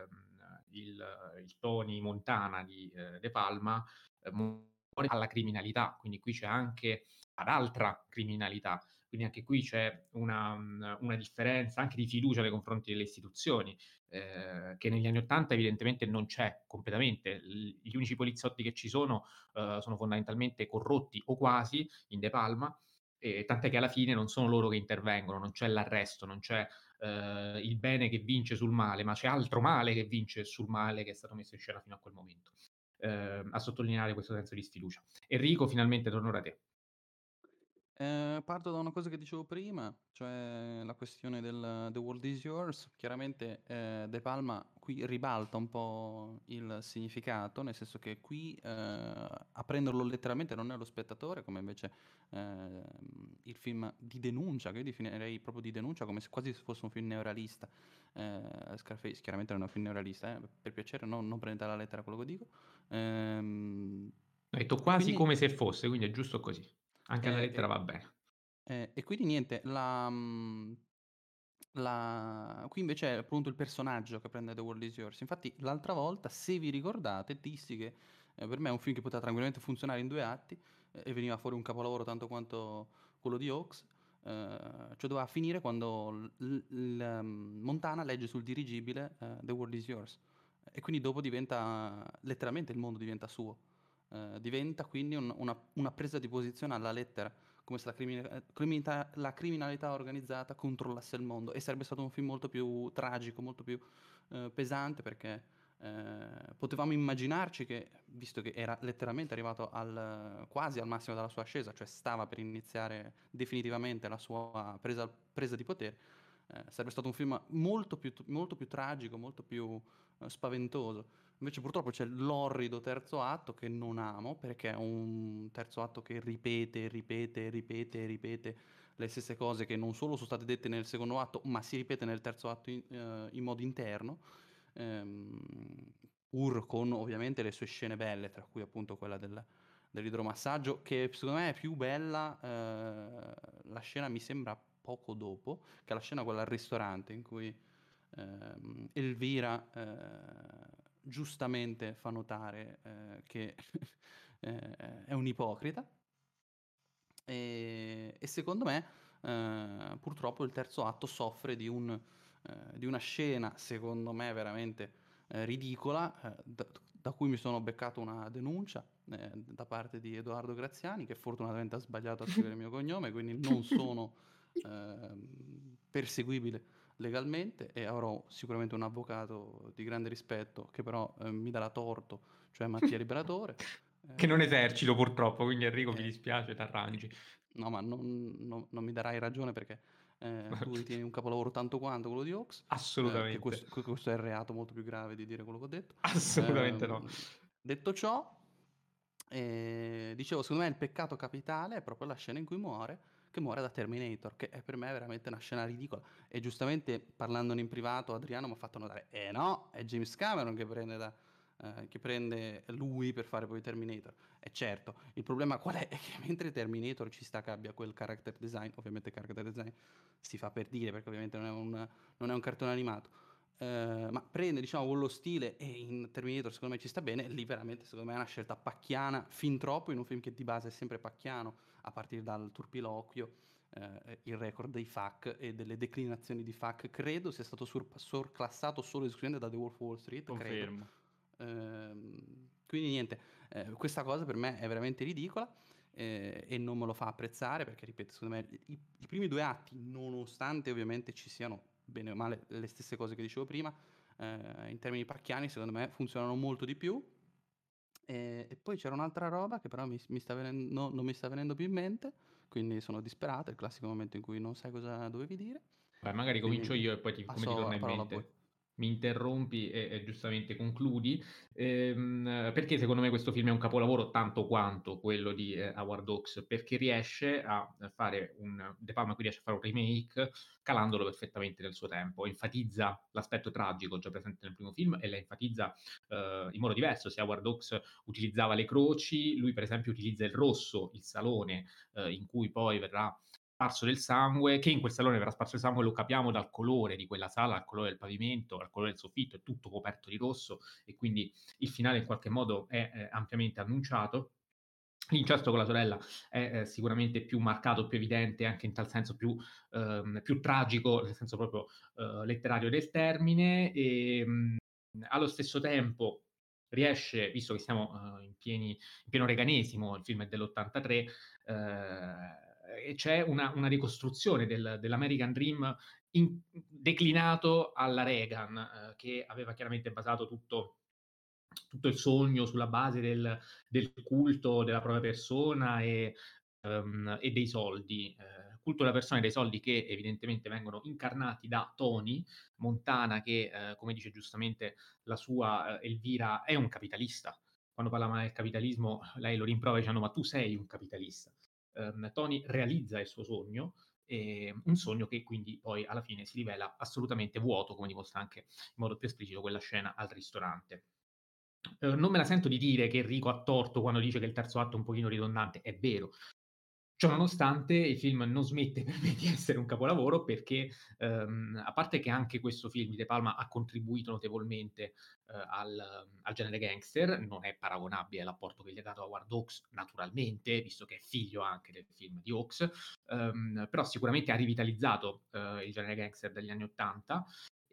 Speaker 1: il Tony Montana di, De Palma, muore alla criminalità, quindi qui c'è anche ad altra criminalità. Quindi anche qui c'è una differenza anche di fiducia nei confronti delle istituzioni che negli anni '80 evidentemente non c'è completamente. Gli unici poliziotti che ci sono fondamentalmente corrotti o quasi in De Palma, tant'è che alla fine non sono loro che intervengono, non c'è l'arresto, non c'è, il bene che vince sul male, ma c'è altro male che vince sul male che è stato messo in scena fino a quel momento. A sottolineare questo senso di sfiducia. Enrico, finalmente torno da te.
Speaker 3: Parto da una cosa che dicevo prima, cioè la questione del The World Is Yours. Chiaramente De Palma qui ribalta un po' il significato, nel senso che qui a prenderlo letteralmente non è lo spettatore, come invece il film di denuncia, che io definirei proprio di denuncia, come se quasi fosse un film neorealista. Scarface chiaramente non è un film neorealista, per piacere non prendete alla lettera quello che dico. Ehm,
Speaker 1: Ho detto
Speaker 3: e
Speaker 1: quasi
Speaker 3: quindi
Speaker 1: come se fosse, quindi è giusto così. Anche alla
Speaker 3: eh,
Speaker 1: lettera
Speaker 3: e
Speaker 1: va bene.
Speaker 3: e quindi niente, qui invece è appunto il personaggio che prende The World Is Yours. Infatti l'altra volta, se vi ricordate, dissi che per me è un film che poteva tranquillamente funzionare in 2 atti, e veniva fuori un capolavoro tanto quanto quello di Hawks. cioè doveva finire quando Montana legge sul dirigibile The World is Yours. E quindi dopo diventa, letteralmente il mondo diventa suo. Diventa quindi una presa di posizione alla lettera, come se la criminalità organizzata controllasse il mondo. E sarebbe stato un film molto più tragico, molto più pesante, perché potevamo immaginarci che, visto che era letteralmente arrivato quasi al massimo della sua ascesa, cioè stava per iniziare definitivamente la sua presa di potere, sarebbe stato un film molto più tragico, molto più spaventoso. Invece purtroppo c'è l'orrido terzo atto che non amo, perché è un terzo atto che ripete le stesse cose che non solo sono state dette nel secondo atto, ma si ripete nel terzo atto in modo interno, ehm, pur con ovviamente le sue scene belle, tra cui appunto quella dell'idromassaggio, che secondo me è più bella, la scena mi sembra poco dopo, che è la scena quella al ristorante, in cui Elvira giustamente fa notare che è un ipocrita. E secondo me, purtroppo il terzo atto soffre di una scena, secondo me, veramente ridicola, da cui mi sono beccato una denuncia da parte di Edoardo Graziani, che fortunatamente ha sbagliato a scrivere il mio cognome, quindi non sono perseguibile legalmente e avrò sicuramente un avvocato di grande rispetto che però mi darà torto, cioè Mattia Liberatore.
Speaker 1: Che non
Speaker 3: Eh,
Speaker 1: esercito purtroppo, quindi Enrico mi
Speaker 3: eh,
Speaker 1: dispiace, t'arrangi.
Speaker 3: no, ma non mi darai ragione perché tu ritieni un capolavoro tanto quanto quello di Hawks, che
Speaker 1: Assolutamente.
Speaker 3: questo è il reato molto più grave di dire quello che ho detto.
Speaker 1: Assolutamente no.
Speaker 3: Detto ciò, dicevo, secondo me il peccato capitale è proprio la scena in cui che muore da Terminator, che è per me veramente una scena ridicola. E giustamente parlandone in privato, Adriano mi ha fatto notare, no, è James Cameron che prende lui per fare poi Terminator. E certo, il problema qual è? È che mentre Terminator ci sta che abbia quel character design, ovviamente character design si fa per dire perché ovviamente non è un cartone animato, ma prende diciamo quello stile e in Terminator secondo me ci sta bene, lì veramente secondo me è una scelta pacchiana, fin troppo in un film che di base è sempre pacchiano, a partire dal turpiloquio, il record dei FAC e delle declinazioni di FAC, credo sia stato sorclassato solo e esclusivamente da The Wolf of Wall Street, credo.
Speaker 2: Confermo.
Speaker 3: Quindi niente, questa cosa per me è veramente ridicola e non me lo fa apprezzare perché, ripeto, secondo me i primi due atti, nonostante ovviamente ci siano bene o male le stesse cose che dicevo prima, in termini pacchiani, secondo me funzionano molto di più. E poi c'era un'altra roba che però mi sta non mi sta venendo più in mente, quindi sono disperato, è il classico momento in cui non sai cosa dovevi dire.
Speaker 1: Beh, magari
Speaker 3: Quindi
Speaker 1: comincio io e poi come ti
Speaker 3: passo
Speaker 1: torna
Speaker 3: la
Speaker 1: in
Speaker 3: parola a voi.
Speaker 1: mente. Mi interrompi e giustamente concludi. Perché secondo me questo film è un capolavoro tanto quanto quello di Howard Hawks? Perché riesce a fare De Palma qui riesce a fare un remake calandolo perfettamente nel suo tempo. Enfatizza l'aspetto tragico già presente nel primo film e la enfatizza in modo diverso. Se Howard Hawks utilizzava le croci, lui per esempio utilizza il rosso, il salone in cui poi verrà sparso del sangue, che in quel salone verrà sparso il sangue lo capiamo dal colore di quella sala, dal colore del pavimento, dal colore del soffitto, è tutto coperto di rosso e quindi il finale in qualche modo è ampiamente annunciato. L'incesto con la sorella è sicuramente più marcato, più evidente, anche in tal senso più tragico, nel senso proprio letterario del termine. Allo stesso tempo riesce, visto che siamo in pieno reganesimo, il film è dell'83, e c'è una ricostruzione dell'American Dream declinato alla Reagan, che aveva chiaramente basato tutto il sogno sulla base del culto della propria persona e dei soldi. Culto della persona e dei soldi che evidentemente vengono incarnati da Tony Montana che, come dice giustamente la sua Elvira, è un capitalista. Quando parla male del capitalismo lei lo rimprovera dicendo: "Ma tu sei un capitalista". Tony realizza il suo sogno, un sogno che quindi poi alla fine si rivela assolutamente vuoto, come dimostra anche in modo più esplicito quella scena al ristorante. Non me la sento di dire che Enrico ha torto quando dice che il terzo atto è un pochino ridondante, è vero. Ciononostante il film non smette per me di essere un capolavoro perché, a parte che anche questo film di De Palma ha contribuito notevolmente, al genere gangster, non è paragonabile all'apporto che gli ha dato Howard Hawks naturalmente, visto che è figlio anche del film di Hawks, però sicuramente ha rivitalizzato, il genere gangster degli anni '80.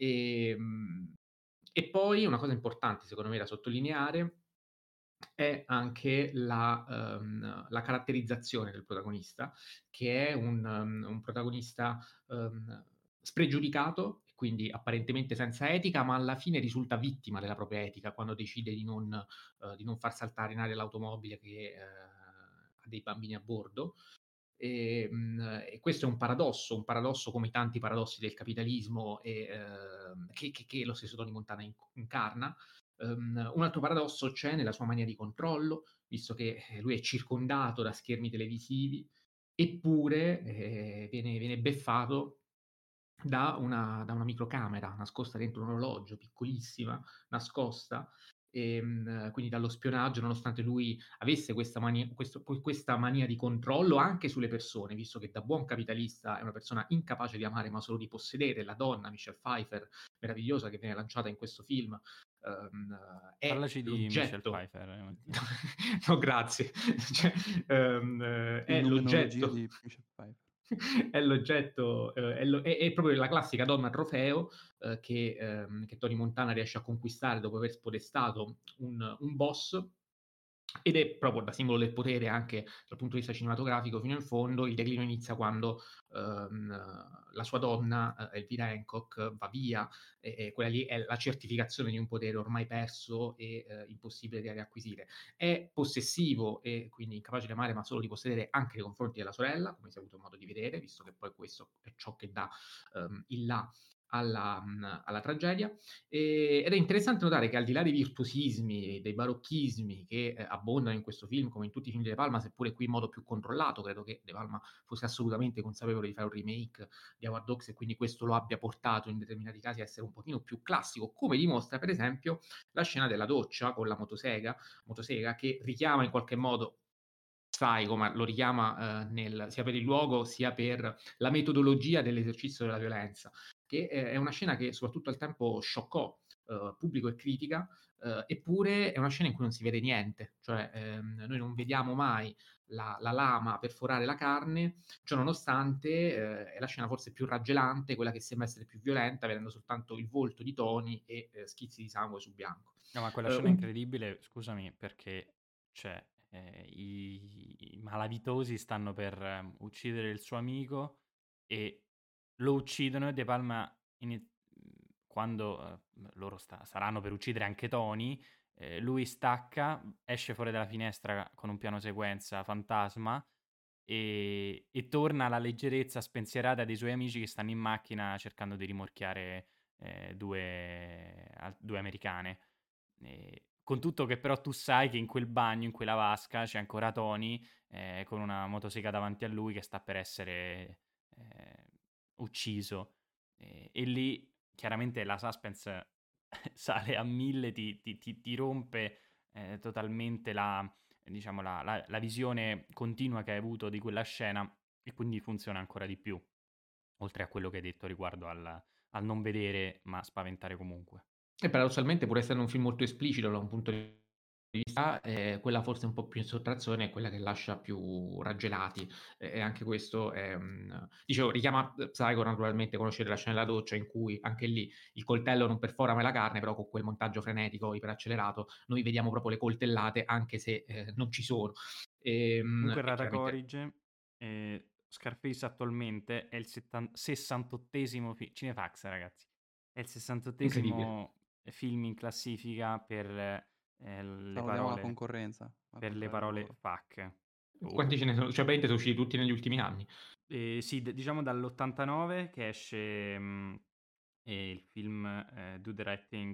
Speaker 1: E poi una cosa importante secondo me da sottolineare è anche la caratterizzazione del protagonista, che è un protagonista, spregiudicato e quindi apparentemente senza etica, ma alla fine risulta vittima della propria etica quando decide di non far saltare in aria l'automobile che, ha dei bambini a bordo. E questo è un paradosso come i tanti paradossi del capitalismo che lo stesso Tony Montana incarna. Un altro paradosso c'è nella sua mania di controllo, visto che, lui è circondato da schermi televisivi, eppure, viene beffato da una microcamera nascosta dentro un orologio, piccolissima, nascosta, quindi dallo spionaggio, nonostante lui avesse questa mania di controllo anche sulle persone, visto che da buon capitalista è una persona incapace di amare, ma solo di possedere. La donna, Michelle Pfeiffer, meravigliosa, che viene lanciata in questo film, è
Speaker 2: Parlaci di Michelle
Speaker 1: l'oggetto.
Speaker 2: Pfeiffer, Mattia.
Speaker 1: No, grazie. Cioè, è
Speaker 3: Fenomenologia
Speaker 1: l'oggetto
Speaker 3: di Michelle Pfeiffer.
Speaker 1: è l'oggetto, è proprio la classica donna trofeo, che Tony Montana riesce a conquistare dopo aver spodestato un boss, ed è proprio da simbolo del potere anche dal punto di vista cinematografico fino in fondo. Il declino inizia quando, la sua donna, Elvira Hancock, va via, e quella lì è la certificazione di un potere ormai perso e, impossibile da riacquisire. È possessivo e quindi incapace di amare, ma solo di possedere anche nei confronti della sorella, come si è avuto modo di vedere, visto che poi questo è ciò che dà, il là alla tragedia. Ed è interessante notare che al di là dei virtuosismi, dei barocchismi che, abbondano in questo film, come in tutti i film di De Palma, seppure qui in modo più controllato, credo che De Palma fosse assolutamente consapevole di fare un remake di Howard Hawks e quindi questo lo abbia portato in determinati casi a essere un pochino più classico, come dimostra per esempio la scena della doccia con la motosega che richiama in qualche modo Psycho, ma lo richiama, sia per il luogo sia per la metodologia dell'esercizio della violenza, che è una scena che soprattutto al tempo scioccò, pubblico e critica, eppure è una scena in cui non si vede niente, cioè, noi non vediamo mai la lama perforare la carne, ciononostante, è la scena forse più raggelante, quella che sembra essere più violenta, vedendo soltanto il volto di Tony e, schizzi di sangue su bianco.
Speaker 2: No, ma quella scena è
Speaker 1: Un
Speaker 2: incredibile, scusami, perché cioè, i malavitosi stanno per uccidere il suo amico e lo uccidono e De Palma quando loro saranno per uccidere anche Tony, lui stacca, esce fuori dalla finestra con un piano sequenza fantasma e torna alla leggerezza spensierata dei suoi amici che stanno in macchina cercando di rimorchiare due americane. Con tutto che però tu sai che in quel bagno, in quella vasca, c'è ancora Tony con una motosega davanti a lui che sta per essere eh, ucciso. E lì chiaramente la suspense sale a 1000, ti rompe totalmente diciamo, la visione continua che hai avuto di quella scena e quindi funziona ancora di più, oltre a quello che hai detto riguardo al non vedere ma spaventare comunque.
Speaker 1: E paradossalmente, pur essendo un film molto esplicito da un punto di vista, quella forse un po' più in sottrazione è quella che lascia più raggelati, e anche questo è dicevo, richiama, Psycho naturalmente, conoscete la scena della doccia in cui anche lì il coltello non perfora mai la carne, però con quel montaggio frenetico iperaccelerato noi vediamo proprio le coltellate anche se, non ci sono.
Speaker 2: Comunque
Speaker 1: E
Speaker 2: Rata
Speaker 1: chiaramente
Speaker 2: Corrige, Scarface attualmente è il 68esimo Cinefax ragazzi, è il
Speaker 1: incredibile.
Speaker 2: 68esimo film in classifica le
Speaker 3: Salutiamo la
Speaker 2: parole
Speaker 3: concorrenza, al
Speaker 2: per le
Speaker 3: contrario
Speaker 2: parole
Speaker 3: loro.
Speaker 2: fuck.
Speaker 1: Quanti ce ne sono? Cioè praticamente sono usciti tutti negli ultimi anni.
Speaker 2: Sì, diciamo dall'89 che esce il film Do the Right Thing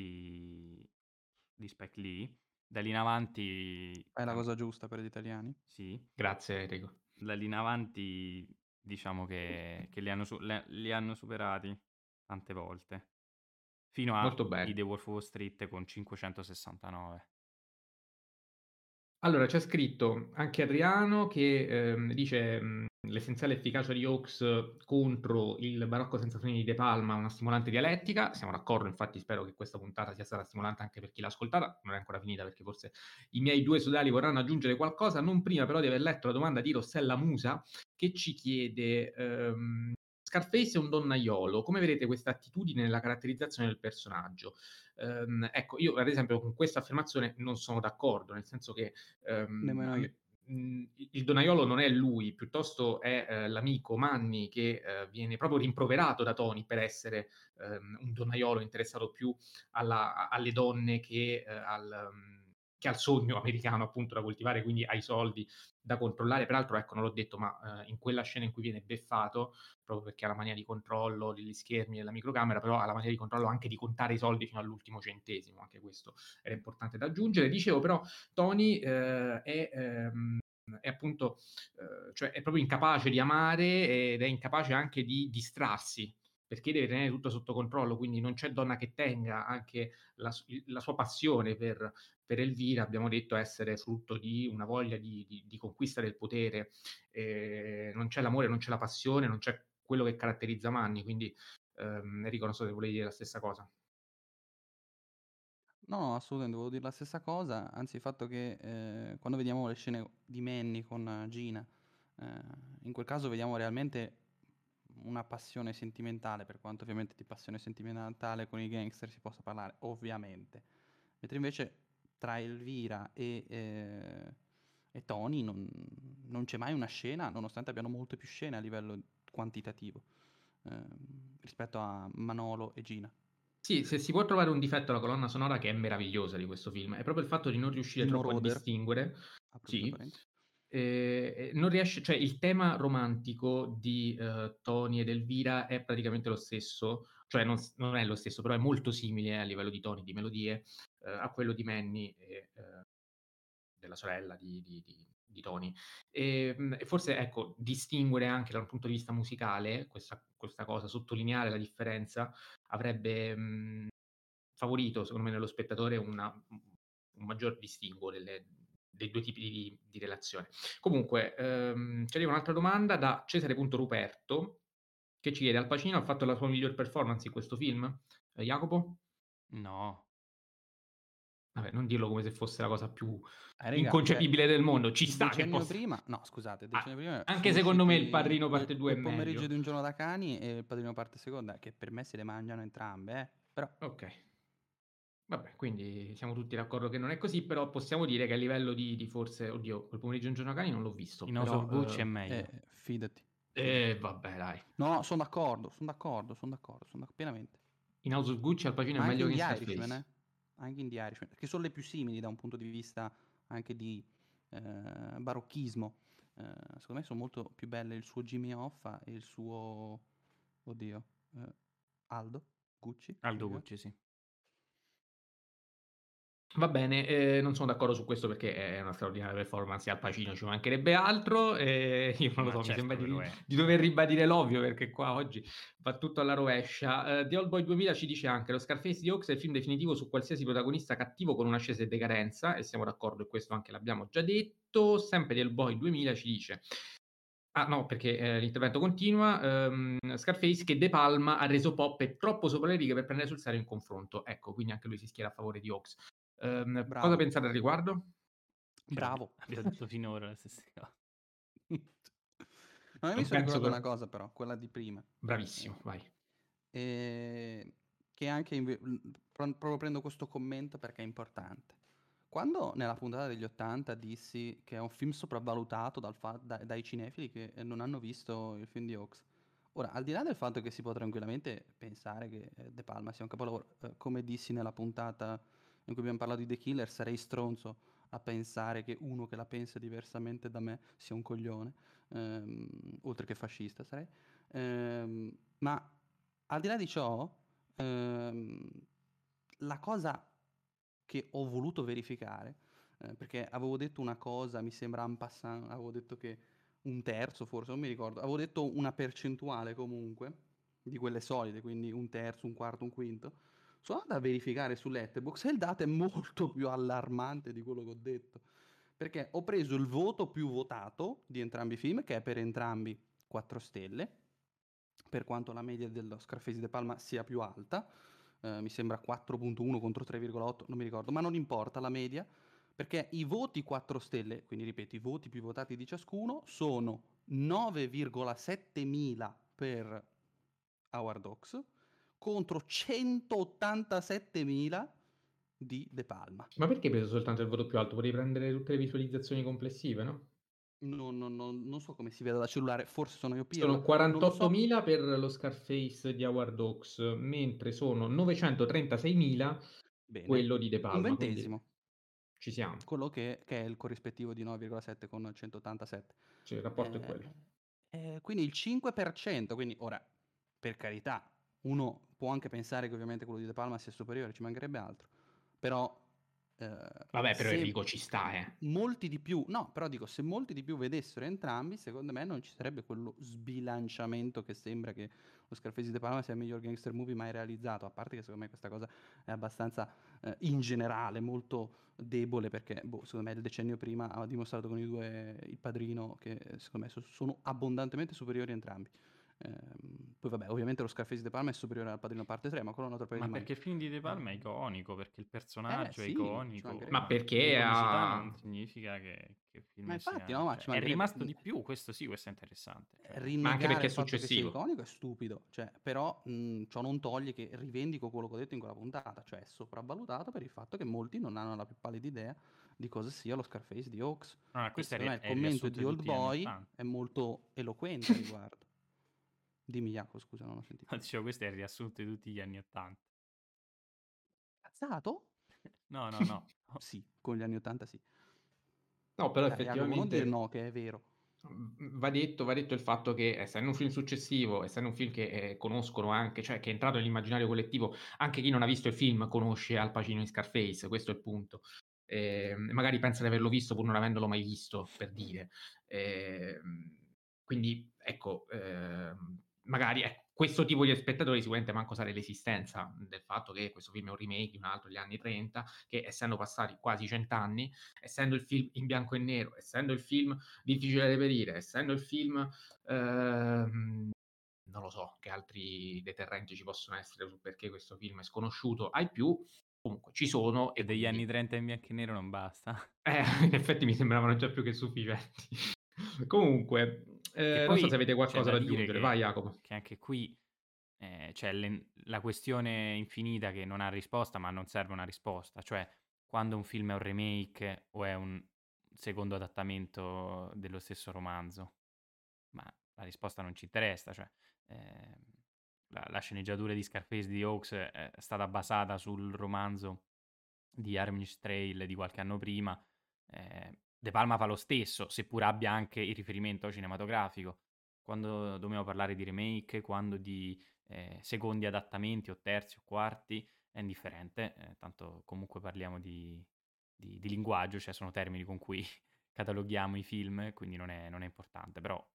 Speaker 2: di Spike Lee. Da lì in avanti,
Speaker 3: Fai la cosa giusta per gli italiani?
Speaker 2: sì,
Speaker 1: Grazie Enrico.
Speaker 2: da lì in avanti diciamo che li hanno superati tante volte, fino a
Speaker 1: Molto
Speaker 2: i
Speaker 1: bene.
Speaker 2: The Wolf of Wall Street con 569.
Speaker 1: Allora, c'è scritto anche Adriano che, dice, l'essenziale efficacia di Hawks contro il barocco senza freni di De Palma, una stimolante dialettica. Siamo d'accordo, infatti spero che questa puntata sia stata stimolante anche per chi l'ha ascoltata. Non è ancora finita perché forse i miei 2 sodali vorranno aggiungere qualcosa, non prima però di aver letto la domanda di Rossella Musa che ci chiede, Scarface è un donnaiolo, come vedete questa attitudine nella caratterizzazione del personaggio? Ecco, io ad esempio con questa affermazione non sono d'accordo, nel senso che
Speaker 3: Nemmeno
Speaker 1: a
Speaker 3: io.
Speaker 1: me il donnaiolo non è lui, piuttosto è, l'amico Manni che, viene proprio rimproverato da Tony per essere, un donnaiolo interessato più alle donne che al sogno americano appunto da coltivare, quindi ai soldi da controllare. Peraltro ecco, non l'ho detto, ma, in quella scena in cui viene beffato, proprio perché ha la mania di controllo degli schermi della microcamera, però ha la mania di controllo anche di contare i soldi fino all'ultimo centesimo, anche questo era importante da aggiungere. Dicevo però Tony, è appunto cioè è proprio incapace di amare ed è incapace anche di distrarsi, perché deve tenere tutto sotto controllo, quindi non c'è donna che tenga. Anche la sua passione per Elvira, abbiamo detto, essere frutto di una voglia di conquista del potere. Non c'è l'amore, non c'è la passione, non c'è quello che caratterizza Manni, quindi, Enrico non so se volevi dire la stessa cosa.
Speaker 3: No, no, assolutamente, volevo dire la stessa cosa, anzi il fatto che quando vediamo le scene di Manny con Gina, in quel caso vediamo realmente una passione sentimentale, per quanto ovviamente di passione sentimentale con i gangster si possa parlare, ovviamente. Mentre invece tra Elvira e Tony non c'è mai una scena, nonostante abbiano molte più scene a livello quantitativo rispetto a Manolo e Gina.
Speaker 1: Sì, se si può trovare un difetto alla colonna sonora che è meravigliosa di questo film, è proprio il fatto di non riuscire
Speaker 3: Il
Speaker 1: troppo a
Speaker 3: Moroder,
Speaker 1: distinguere.
Speaker 3: apro tra
Speaker 1: Sì,
Speaker 3: parentesi.
Speaker 1: non riesce, cioè il tema romantico di, Tony ed Elvira è praticamente lo stesso, cioè non è lo stesso, però è molto simile a livello di toni, di melodie, a quello di Manny della sorella di Tony. E forse, ecco, distinguere anche dal punto di vista musicale questa cosa, sottolineare la differenza, avrebbe, favorito secondo me nello spettatore un maggior distinguo dei 2 tipi di relazione. Comunque, ci arriva un'altra domanda da Cesare.Ruperto, che ci chiede: Al Pacino ha fatto la sua miglior performance in questo film? Jacopo?
Speaker 2: No.
Speaker 1: Vabbè, non dirlo come se fosse la cosa più
Speaker 3: Raga, cioè,
Speaker 1: inconcepibile del mondo. Ci
Speaker 3: il
Speaker 1: sta che
Speaker 3: decennio
Speaker 1: possa
Speaker 3: prima, no, scusate, il decennio
Speaker 1: a
Speaker 3: prima
Speaker 1: anche
Speaker 3: sono
Speaker 1: secondo me Il
Speaker 3: usciti
Speaker 1: Padrino parte 2 è
Speaker 3: quel pomeriggio
Speaker 1: meglio.
Speaker 3: di Un giorno da cani e Il Padrino parte seconda, che per me se le mangiano entrambe, però
Speaker 1: Okay. Vabbè, quindi siamo tutti d'accordo che non è così, però possiamo dire che a livello di forse oddio, Quel pomeriggio in giorno da cani non l'ho visto,
Speaker 2: In House of
Speaker 1: però,
Speaker 2: Gucci è meglio.
Speaker 3: fidati, fidati.
Speaker 1: vabbè dai.
Speaker 3: No, sono d'accordo, sono d'accordo, pienamente.
Speaker 1: In House of Gucci Al Pacino è
Speaker 3: Ma anche
Speaker 1: meglio
Speaker 3: in
Speaker 1: che in
Speaker 3: The Irishman,
Speaker 1: Scarface.
Speaker 3: anche in The Irishman, che sono le più simili da un punto di vista anche di barocchismo. Secondo me sono molto più belle il suo Jimmy Hoffa e il suo, oddio, eh, Aldo Gucci, mi
Speaker 2: Aldo
Speaker 3: ricordo.
Speaker 2: Gucci, sì.
Speaker 1: Va bene, non sono d'accordo su questo perché è una straordinaria performance e Al Pacino ci mancherebbe altro. Io non lo
Speaker 2: Ma
Speaker 1: so, mi sembra
Speaker 2: certo che lo è.
Speaker 1: di dover ribadire l'ovvio perché qua oggi va tutto alla rovescia. The Oldboy 2000 ci dice anche: "Lo Scarface di Hawks è il film definitivo su qualsiasi protagonista cattivo con un'ascesa e decadenza", e siamo d'accordo e questo anche l'abbiamo già detto. Sempre The Oldboy 2000 ci dice ah no, perché, l'intervento continua, Scarface che De Palma ha reso Poppe troppo sopra le righe per prendere sul serio in confronto. Ecco, quindi anche lui si schiera a favore di Hawks. Cosa
Speaker 3: Bravo,
Speaker 1: pensate al riguardo?
Speaker 2: Cioè
Speaker 3: bravo.
Speaker 2: abbiamo detto finora la stessa cosa.
Speaker 3: Non hai
Speaker 1: Non
Speaker 3: messo
Speaker 1: penso
Speaker 3: ricordato
Speaker 1: però
Speaker 3: una cosa però, quella di prima.
Speaker 1: bravissimo,
Speaker 3: Eh,
Speaker 1: vai.
Speaker 3: che anche proprio prendo questo commento perché è importante. Quando nella puntata degli 80 dissi che è un film sopravvalutato dai cinefili che non hanno visto il film di Hawks, ora, al di là del fatto che si può tranquillamente pensare che De Palma sia un capolavoro, come dissi nella puntata in cui abbiamo parlato di The Killer, sarei stronzo a pensare che uno che la pensa diversamente da me sia un coglione, oltre che fascista sarei. Ma al di là di ciò, ehm, la cosa che ho voluto verificare, perché avevo detto una cosa, mi sembra en passant, avevo detto che un terzo forse, non mi ricordo, avevo detto una percentuale comunque, di quelle solide, quindi un terzo, un quarto, un quinto. Sono andato a verificare su Letterboxd e il dato è molto più allarmante di quello che ho detto. perché ho preso il voto più votato di entrambi i film, che è per entrambi 4 stelle, per quanto la media dello Scarface di De Palma sia più alta, mi sembra 4.1 contro 3,8, non mi ricordo, ma non importa la media, perché i voti 4 stelle, quindi ripeto, i voti più votati di ciascuno, sono 9,7 mila per Howard Hawks contro 187.000 di De Palma.
Speaker 1: Ma perché hai preso soltanto il voto più alto? Potevi prendere tutte le visualizzazioni complessive, no?
Speaker 3: Non so come si vede da cellulare, forse sono io pirla,
Speaker 1: Sono
Speaker 3: non lo so.
Speaker 1: 48.000 per lo Scarface di Howard Hawks, mentre sono 936.000
Speaker 3: Bene,
Speaker 1: quello di De
Speaker 3: un
Speaker 1: Palma, quindi
Speaker 3: ventesimo,
Speaker 1: ci siamo.
Speaker 3: quello che è il corrispettivo di 9,7 con 187.
Speaker 1: Cioè, il rapporto è
Speaker 3: Eh,
Speaker 1: quello.
Speaker 3: quindi il 5%, quindi ora, per carità, uno può anche pensare che ovviamente quello di De Palma sia superiore, ci mancherebbe altro, però
Speaker 1: Vabbè, però
Speaker 3: se
Speaker 1: Enrico ci sta,
Speaker 3: molti di più, no, però dico, se molti di più vedessero entrambi, secondo me non ci sarebbe quello sbilanciamento che sembra che lo Scarface di De Palma sia il miglior gangster movie mai realizzato, a parte che secondo me questa cosa è abbastanza in generale molto debole perché boh, secondo me il decennio prima ha dimostrato con i due Il Padrino che secondo me sono abbondantemente superiori entrambi. Poi vabbè, ovviamente lo Scarface di De Palma è superiore al Padrino parte 3, ma quello è un altro paio
Speaker 2: Ma
Speaker 3: di
Speaker 2: perché
Speaker 3: maniche.
Speaker 2: il film di De Palma è
Speaker 3: Eh,
Speaker 2: iconico, perché il personaggio è
Speaker 3: sì, ci
Speaker 2: iconico,
Speaker 1: Ma
Speaker 3: mancherebbe.
Speaker 2: ma
Speaker 1: perché
Speaker 2: l'iconicità
Speaker 1: ha...
Speaker 2: non significa che il
Speaker 3: Ma
Speaker 2: film
Speaker 3: infatti,
Speaker 2: sia...
Speaker 3: no, ma
Speaker 2: Cioè,
Speaker 3: ci
Speaker 2: è
Speaker 3: mancherebbe.
Speaker 2: rimasto di più, questo sì, questo è interessante. Cioè,
Speaker 1: Ma anche
Speaker 3: Rinnegare
Speaker 1: perché è
Speaker 3: il fatto che sia
Speaker 1: successivo.
Speaker 3: iconico è stupido, cioè, però ciò non toglie che rivendico quello che ho detto in quella puntata, cioè è sopravvalutato per il fatto che molti non hanno la più pallida idea di cosa sia lo Scarface di Hawks.
Speaker 2: no, no,
Speaker 3: Questo
Speaker 2: questo
Speaker 3: secondo me il
Speaker 2: è il
Speaker 3: commento
Speaker 2: riassunto
Speaker 3: di
Speaker 2: di
Speaker 3: Old
Speaker 2: tutti gli anni
Speaker 3: Boy
Speaker 2: '80.
Speaker 3: è molto eloquente a riguardo. Dimmi Jacopo, scusa, non ho sentito.
Speaker 2: Dicevo, questo è il riassunto di tutti gli anni '80.
Speaker 3: Cazzato?
Speaker 2: No, no, no.
Speaker 3: Sì, con gli anni 80 sì.
Speaker 1: No, però
Speaker 3: Dai Jacopo, non dire
Speaker 1: effettivamente
Speaker 3: no, che è vero.
Speaker 1: va detto il fatto che essendo un film successivo, essendo un film che, conoscono anche cioè che è entrato nell'immaginario collettivo, anche chi non ha visto il film conosce Al Pacino in Scarface, questo è il punto. Magari pensa di averlo visto pur non avendolo mai visto, per dire. Quindi ecco, magari questo tipo di spettatori sicuramente manco sa dell'esistenza del fatto che questo film è un remake di un altro degli anni '30, che essendo passati quasi 100 anni, essendo il film in bianco e nero, essendo il film difficile da reperire, essendo il film, non lo so che altri deterrenti ci possono essere sul perché questo film è sconosciuto ai più, comunque ci sono
Speaker 2: Che
Speaker 1: e
Speaker 2: degli anni
Speaker 1: quindi
Speaker 2: '30 in bianco e nero non basta.
Speaker 1: in effetti mi sembravano già più che sufficienti. Comunque,
Speaker 2: Che
Speaker 1: non so se
Speaker 2: poi
Speaker 1: avete
Speaker 2: c'è
Speaker 1: qualcosa
Speaker 2: da
Speaker 1: da
Speaker 2: dire
Speaker 1: aggiungere. Vai Jacopo.
Speaker 2: che anche qui c'è la questione infinita che non ha risposta, ma non serve una risposta. Cioè, quando un film è un remake o è un secondo adattamento dello stesso romanzo. Ma la risposta non ci interessa. Cioè, la sceneggiatura di Scarface di Hawks è stata basata sul romanzo di Harmonious Trail di qualche anno prima. De Palma fa lo stesso, seppur abbia anche il riferimento cinematografico. Quando dobbiamo parlare di remake, quando di secondi adattamenti o terzi o quarti, è indifferente, tanto comunque parliamo di linguaggio, cioè sono termini con cui cataloghiamo i film, quindi non è importante, però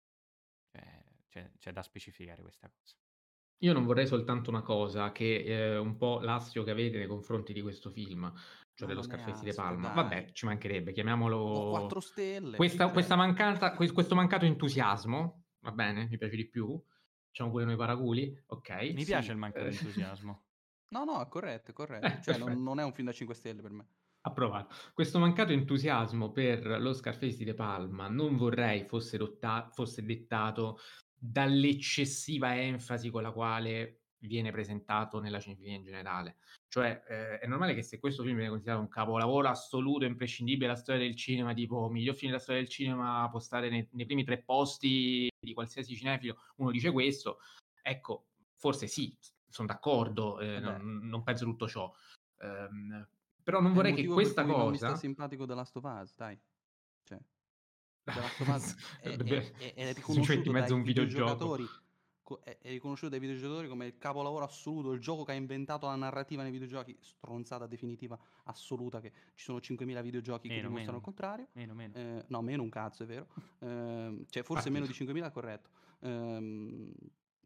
Speaker 2: c'è da specificare questa cosa.
Speaker 1: Io non vorrei soltanto una cosa, che un po' l'astio che avete nei confronti di questo film, cioè
Speaker 3: Ma
Speaker 1: dello
Speaker 3: non è
Speaker 1: Scarface di De
Speaker 3: astio,
Speaker 1: Palma.
Speaker 3: dai.
Speaker 1: Vabbè, ci mancherebbe,
Speaker 3: Do
Speaker 1: chiamiamolo
Speaker 3: 4 stelle,
Speaker 1: questa
Speaker 3: cioè.
Speaker 1: questa mancata questo mancato entusiasmo, va bene, mi piace di più. Facciamo pure noi paraculi, okay.
Speaker 2: Mi piace
Speaker 3: Sì.
Speaker 2: il mancato entusiasmo.
Speaker 3: No, no, è corretto, è corretto. Cioè, non,
Speaker 1: Perfetto.
Speaker 3: non è un film da 5 stelle per me.
Speaker 1: Approvato. Questo mancato entusiasmo per lo Scarface di De Palma non vorrei fosse dettato dall'eccessiva enfasi con la quale viene presentato nella cinefilia in generale. Cioè, è normale che se questo film viene considerato un capolavoro assoluto, imprescindibile della storia del cinema, tipo miglior film della storia del cinema, può stare nei primi 3 posti di qualsiasi cinefilo, uno dice questo, ecco, forse sì, son d'accordo,
Speaker 3: Vabbè,
Speaker 1: non penso tutto ciò. Ehm, Però non
Speaker 3: è il
Speaker 1: vorrei che
Speaker 3: motivo per
Speaker 1: questa
Speaker 3: cui non mi sta
Speaker 1: cosa
Speaker 3: simpatico The Last of Us, dai. Cioè, The Last of Us è
Speaker 1: se ci metti in
Speaker 3: riconosciuto
Speaker 1: mezzo
Speaker 3: dai
Speaker 1: un videogioco.
Speaker 3: videogiocatori, è riconosciuto dai videogiocatori come il capolavoro assoluto, il gioco che ha inventato la narrativa nei videogiochi, stronzata definitiva assoluta che ci sono 5.000 videogiochi che
Speaker 2: Meno,
Speaker 3: dimostrano il
Speaker 2: meno,
Speaker 3: contrario.
Speaker 2: meno, meno.
Speaker 3: No, meno un cazzo, è vero. Cioè, forse
Speaker 1: Infatti
Speaker 3: meno di 5.000 è corretto. Ehm,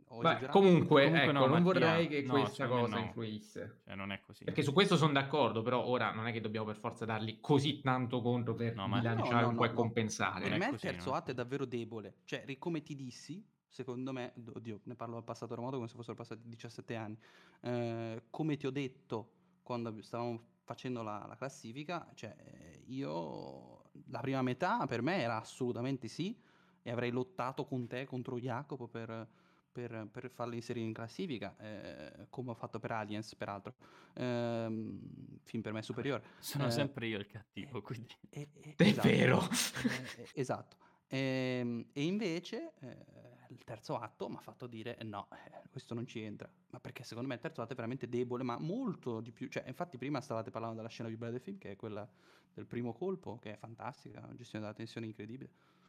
Speaker 3: Ho
Speaker 1: Beh,
Speaker 3: esagerato?
Speaker 1: comunque,
Speaker 2: Comunque
Speaker 1: ecco,
Speaker 2: no,
Speaker 1: non
Speaker 2: Mattia,
Speaker 1: vorrei che
Speaker 2: no,
Speaker 1: questa
Speaker 2: secondo me
Speaker 1: cosa
Speaker 2: no.
Speaker 1: influisse.
Speaker 2: Cioè, non è così.
Speaker 1: Perché su questo son d'accordo, però ora non è che dobbiamo per forza dargli così tanto contro per
Speaker 2: No, ma
Speaker 3: No,
Speaker 1: bilanciare
Speaker 3: no,
Speaker 1: un po'
Speaker 3: no,
Speaker 1: e
Speaker 3: no.
Speaker 1: compensare,
Speaker 3: Per
Speaker 2: non è
Speaker 3: me
Speaker 1: ecco.
Speaker 3: il
Speaker 2: così, non
Speaker 3: terzo
Speaker 2: è
Speaker 3: atto è
Speaker 2: così.
Speaker 3: davvero debole. Cioè, come ti dissi, secondo me, oddio, ne parlo al passato remoto come se fossero passati 17 anni. Come ti ho detto quando stavamo facendo la classifica, cioè, io la prima metà per me era assolutamente sì, e avrei lottato con te contro Jacopo per farlo inserire in classifica, come ho fatto per Aliens, peraltro. Film per me
Speaker 2: Vabbè,
Speaker 3: superiore.
Speaker 2: sono
Speaker 3: Eh,
Speaker 2: sempre io il cattivo, quindi
Speaker 1: È
Speaker 3: esatto,
Speaker 1: vero.
Speaker 3: esatto. E invece il terzo atto mi ha fatto dire no, questo non ci entra. Ma perché secondo me il terzo atto è veramente debole, ma molto di più. Cioè, infatti prima stavate parlando della scena più bella del film, che è quella del primo colpo, che è fantastica, una gestione della tensione incredibile.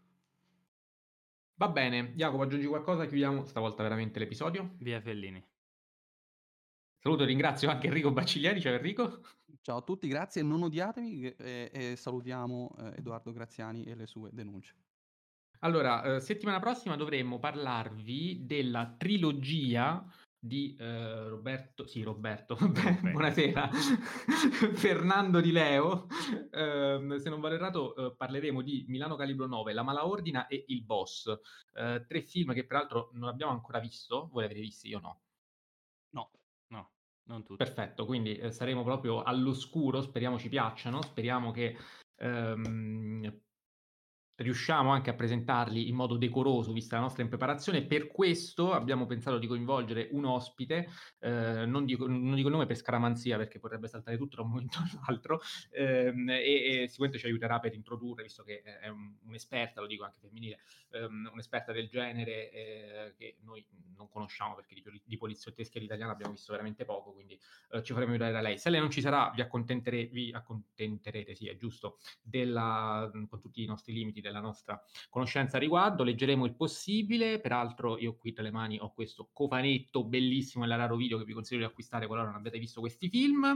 Speaker 1: Va bene, Jacopo, aggiungi qualcosa? Chiudiamo stavolta veramente l'episodio.
Speaker 2: via Fellini.
Speaker 1: Saluto e ringrazio anche Enrico Bacciglieri. Ciao Enrico.
Speaker 3: Ciao a tutti, grazie, non odiatemi e salutiamo Edoardo Graziani e le sue denunce.
Speaker 1: Allora, settimana prossima dovremmo parlarvi della trilogia di Roberto, vabbè,
Speaker 2: Vabbè,
Speaker 1: buonasera, Fernando Di Leo. Se non vado errato, parleremo di Milano Calibro 9, La Mala Ordina e Il Boss. 3 film che peraltro non abbiamo ancora visto. Voi li avete visti? Io no.
Speaker 3: No,
Speaker 2: no, non tutti.
Speaker 1: Perfetto, quindi saremo proprio all'oscuro, speriamo ci piacciono, speriamo che riusciamo anche a presentarli in modo decoroso, vista la nostra impreparazione. Per questo abbiamo pensato di coinvolgere un ospite, non dico il nome per scaramanzia, perché potrebbe saltare tutto da un momento all'altro, e sicuramente ci aiuterà per introdurre, visto che è un'esperta, lo dico anche femminile, un'esperta del genere, che noi non conosciamo, perché di poliziotteschi all'italiana abbiamo visto veramente poco, quindi ci faremo aiutare da lei. Se lei non ci sarà, vi accontenterete, sì, è giusto, con tutti i nostri limiti della nostra conoscenza a riguardo. Leggeremo il possibile. Peraltro, io qui tra le mani ho questo cofanetto bellissimo e raro video che vi consiglio di acquistare qualora non abbiate visto questi film.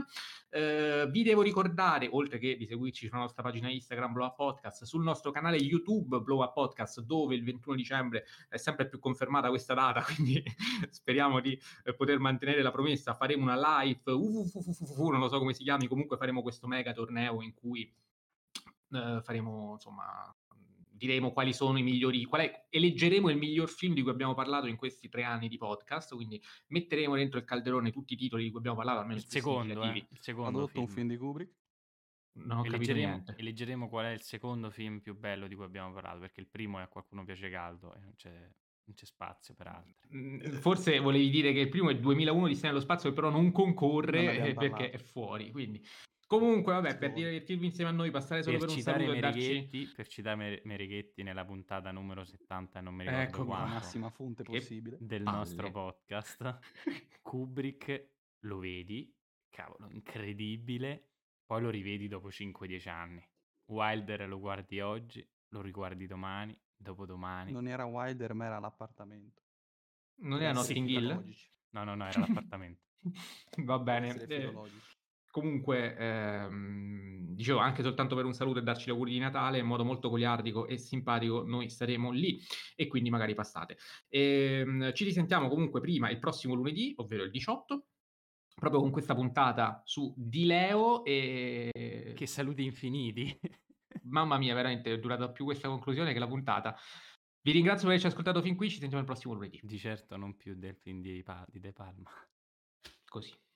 Speaker 1: Vi devo ricordare, oltre che di seguirci sulla nostra pagina Instagram Blow Up Podcast, sul nostro canale YouTube Blow Up Podcast, dove il 21 dicembre è sempre più confermata questa data, quindi speriamo di poter mantenere la promessa. Faremo una live, non lo so come si chiami, comunque faremo questo mega torneo in cui faremo, insomma, diremo quali sono i migliori, eleggeremo il miglior film di cui abbiamo parlato in questi 3 anni di podcast, quindi metteremo dentro il calderone tutti i titoli di cui abbiamo parlato, almeno tutti significativi.
Speaker 2: Il secondo
Speaker 3: adotto un
Speaker 2: film.
Speaker 3: film di Kubrick.
Speaker 1: Non ho capito niente.
Speaker 2: Eleggeremo qual è il secondo film più bello di cui abbiamo parlato, perché il primo è A qualcuno piace caldo e non c'è spazio per altri.
Speaker 1: Forse volevi dire che il primo è 2001 di Odissea nello spazio, che però non
Speaker 3: Non
Speaker 1: concorre
Speaker 3: abbiamo
Speaker 1: perché
Speaker 3: parlato.
Speaker 1: è fuori. Quindi, comunque, vabbè, per
Speaker 3: Sicuro.
Speaker 1: divertirvi insieme a noi, passare solo per un saluto e darci.
Speaker 2: Per citare Mereghetti nella puntata numero 70 e non mi ricordo
Speaker 1: Ecco
Speaker 3: La
Speaker 1: qua.
Speaker 2: quanto
Speaker 3: massima fonte
Speaker 1: Che
Speaker 3: possibile.
Speaker 2: del nostro
Speaker 1: palle.
Speaker 2: podcast. Kubrick lo vedi, cavolo, incredibile, poi lo rivedi dopo 5-10 anni. Wilder lo guardi oggi, lo riguardi domani, dopodomani.
Speaker 3: Non era Wilder, ma era l'appartamento.
Speaker 1: Non
Speaker 3: Per
Speaker 1: era
Speaker 3: essere
Speaker 2: Sì.
Speaker 1: Notting Hill?
Speaker 3: filologici.
Speaker 2: No, era l'appartamento.
Speaker 1: Va
Speaker 3: Per
Speaker 1: bene.
Speaker 3: essere filologici.
Speaker 1: Comunque, dicevo, anche soltanto per un saluto e darci gli auguri di Natale in modo molto goliardico e simpatico, noi saremo lì e quindi magari passate. Ci risentiamo comunque prima il prossimo lunedì, ovvero il 18, proprio con questa puntata su Di Leo
Speaker 2: Che saluti infiniti.
Speaker 1: mamma mia, veramente è durata più questa conclusione che la puntata. Vi ringrazio per averci ascoltato fin qui, ci sentiamo il prossimo lunedì.
Speaker 2: Di certo non più del film di De Palma.
Speaker 1: Così.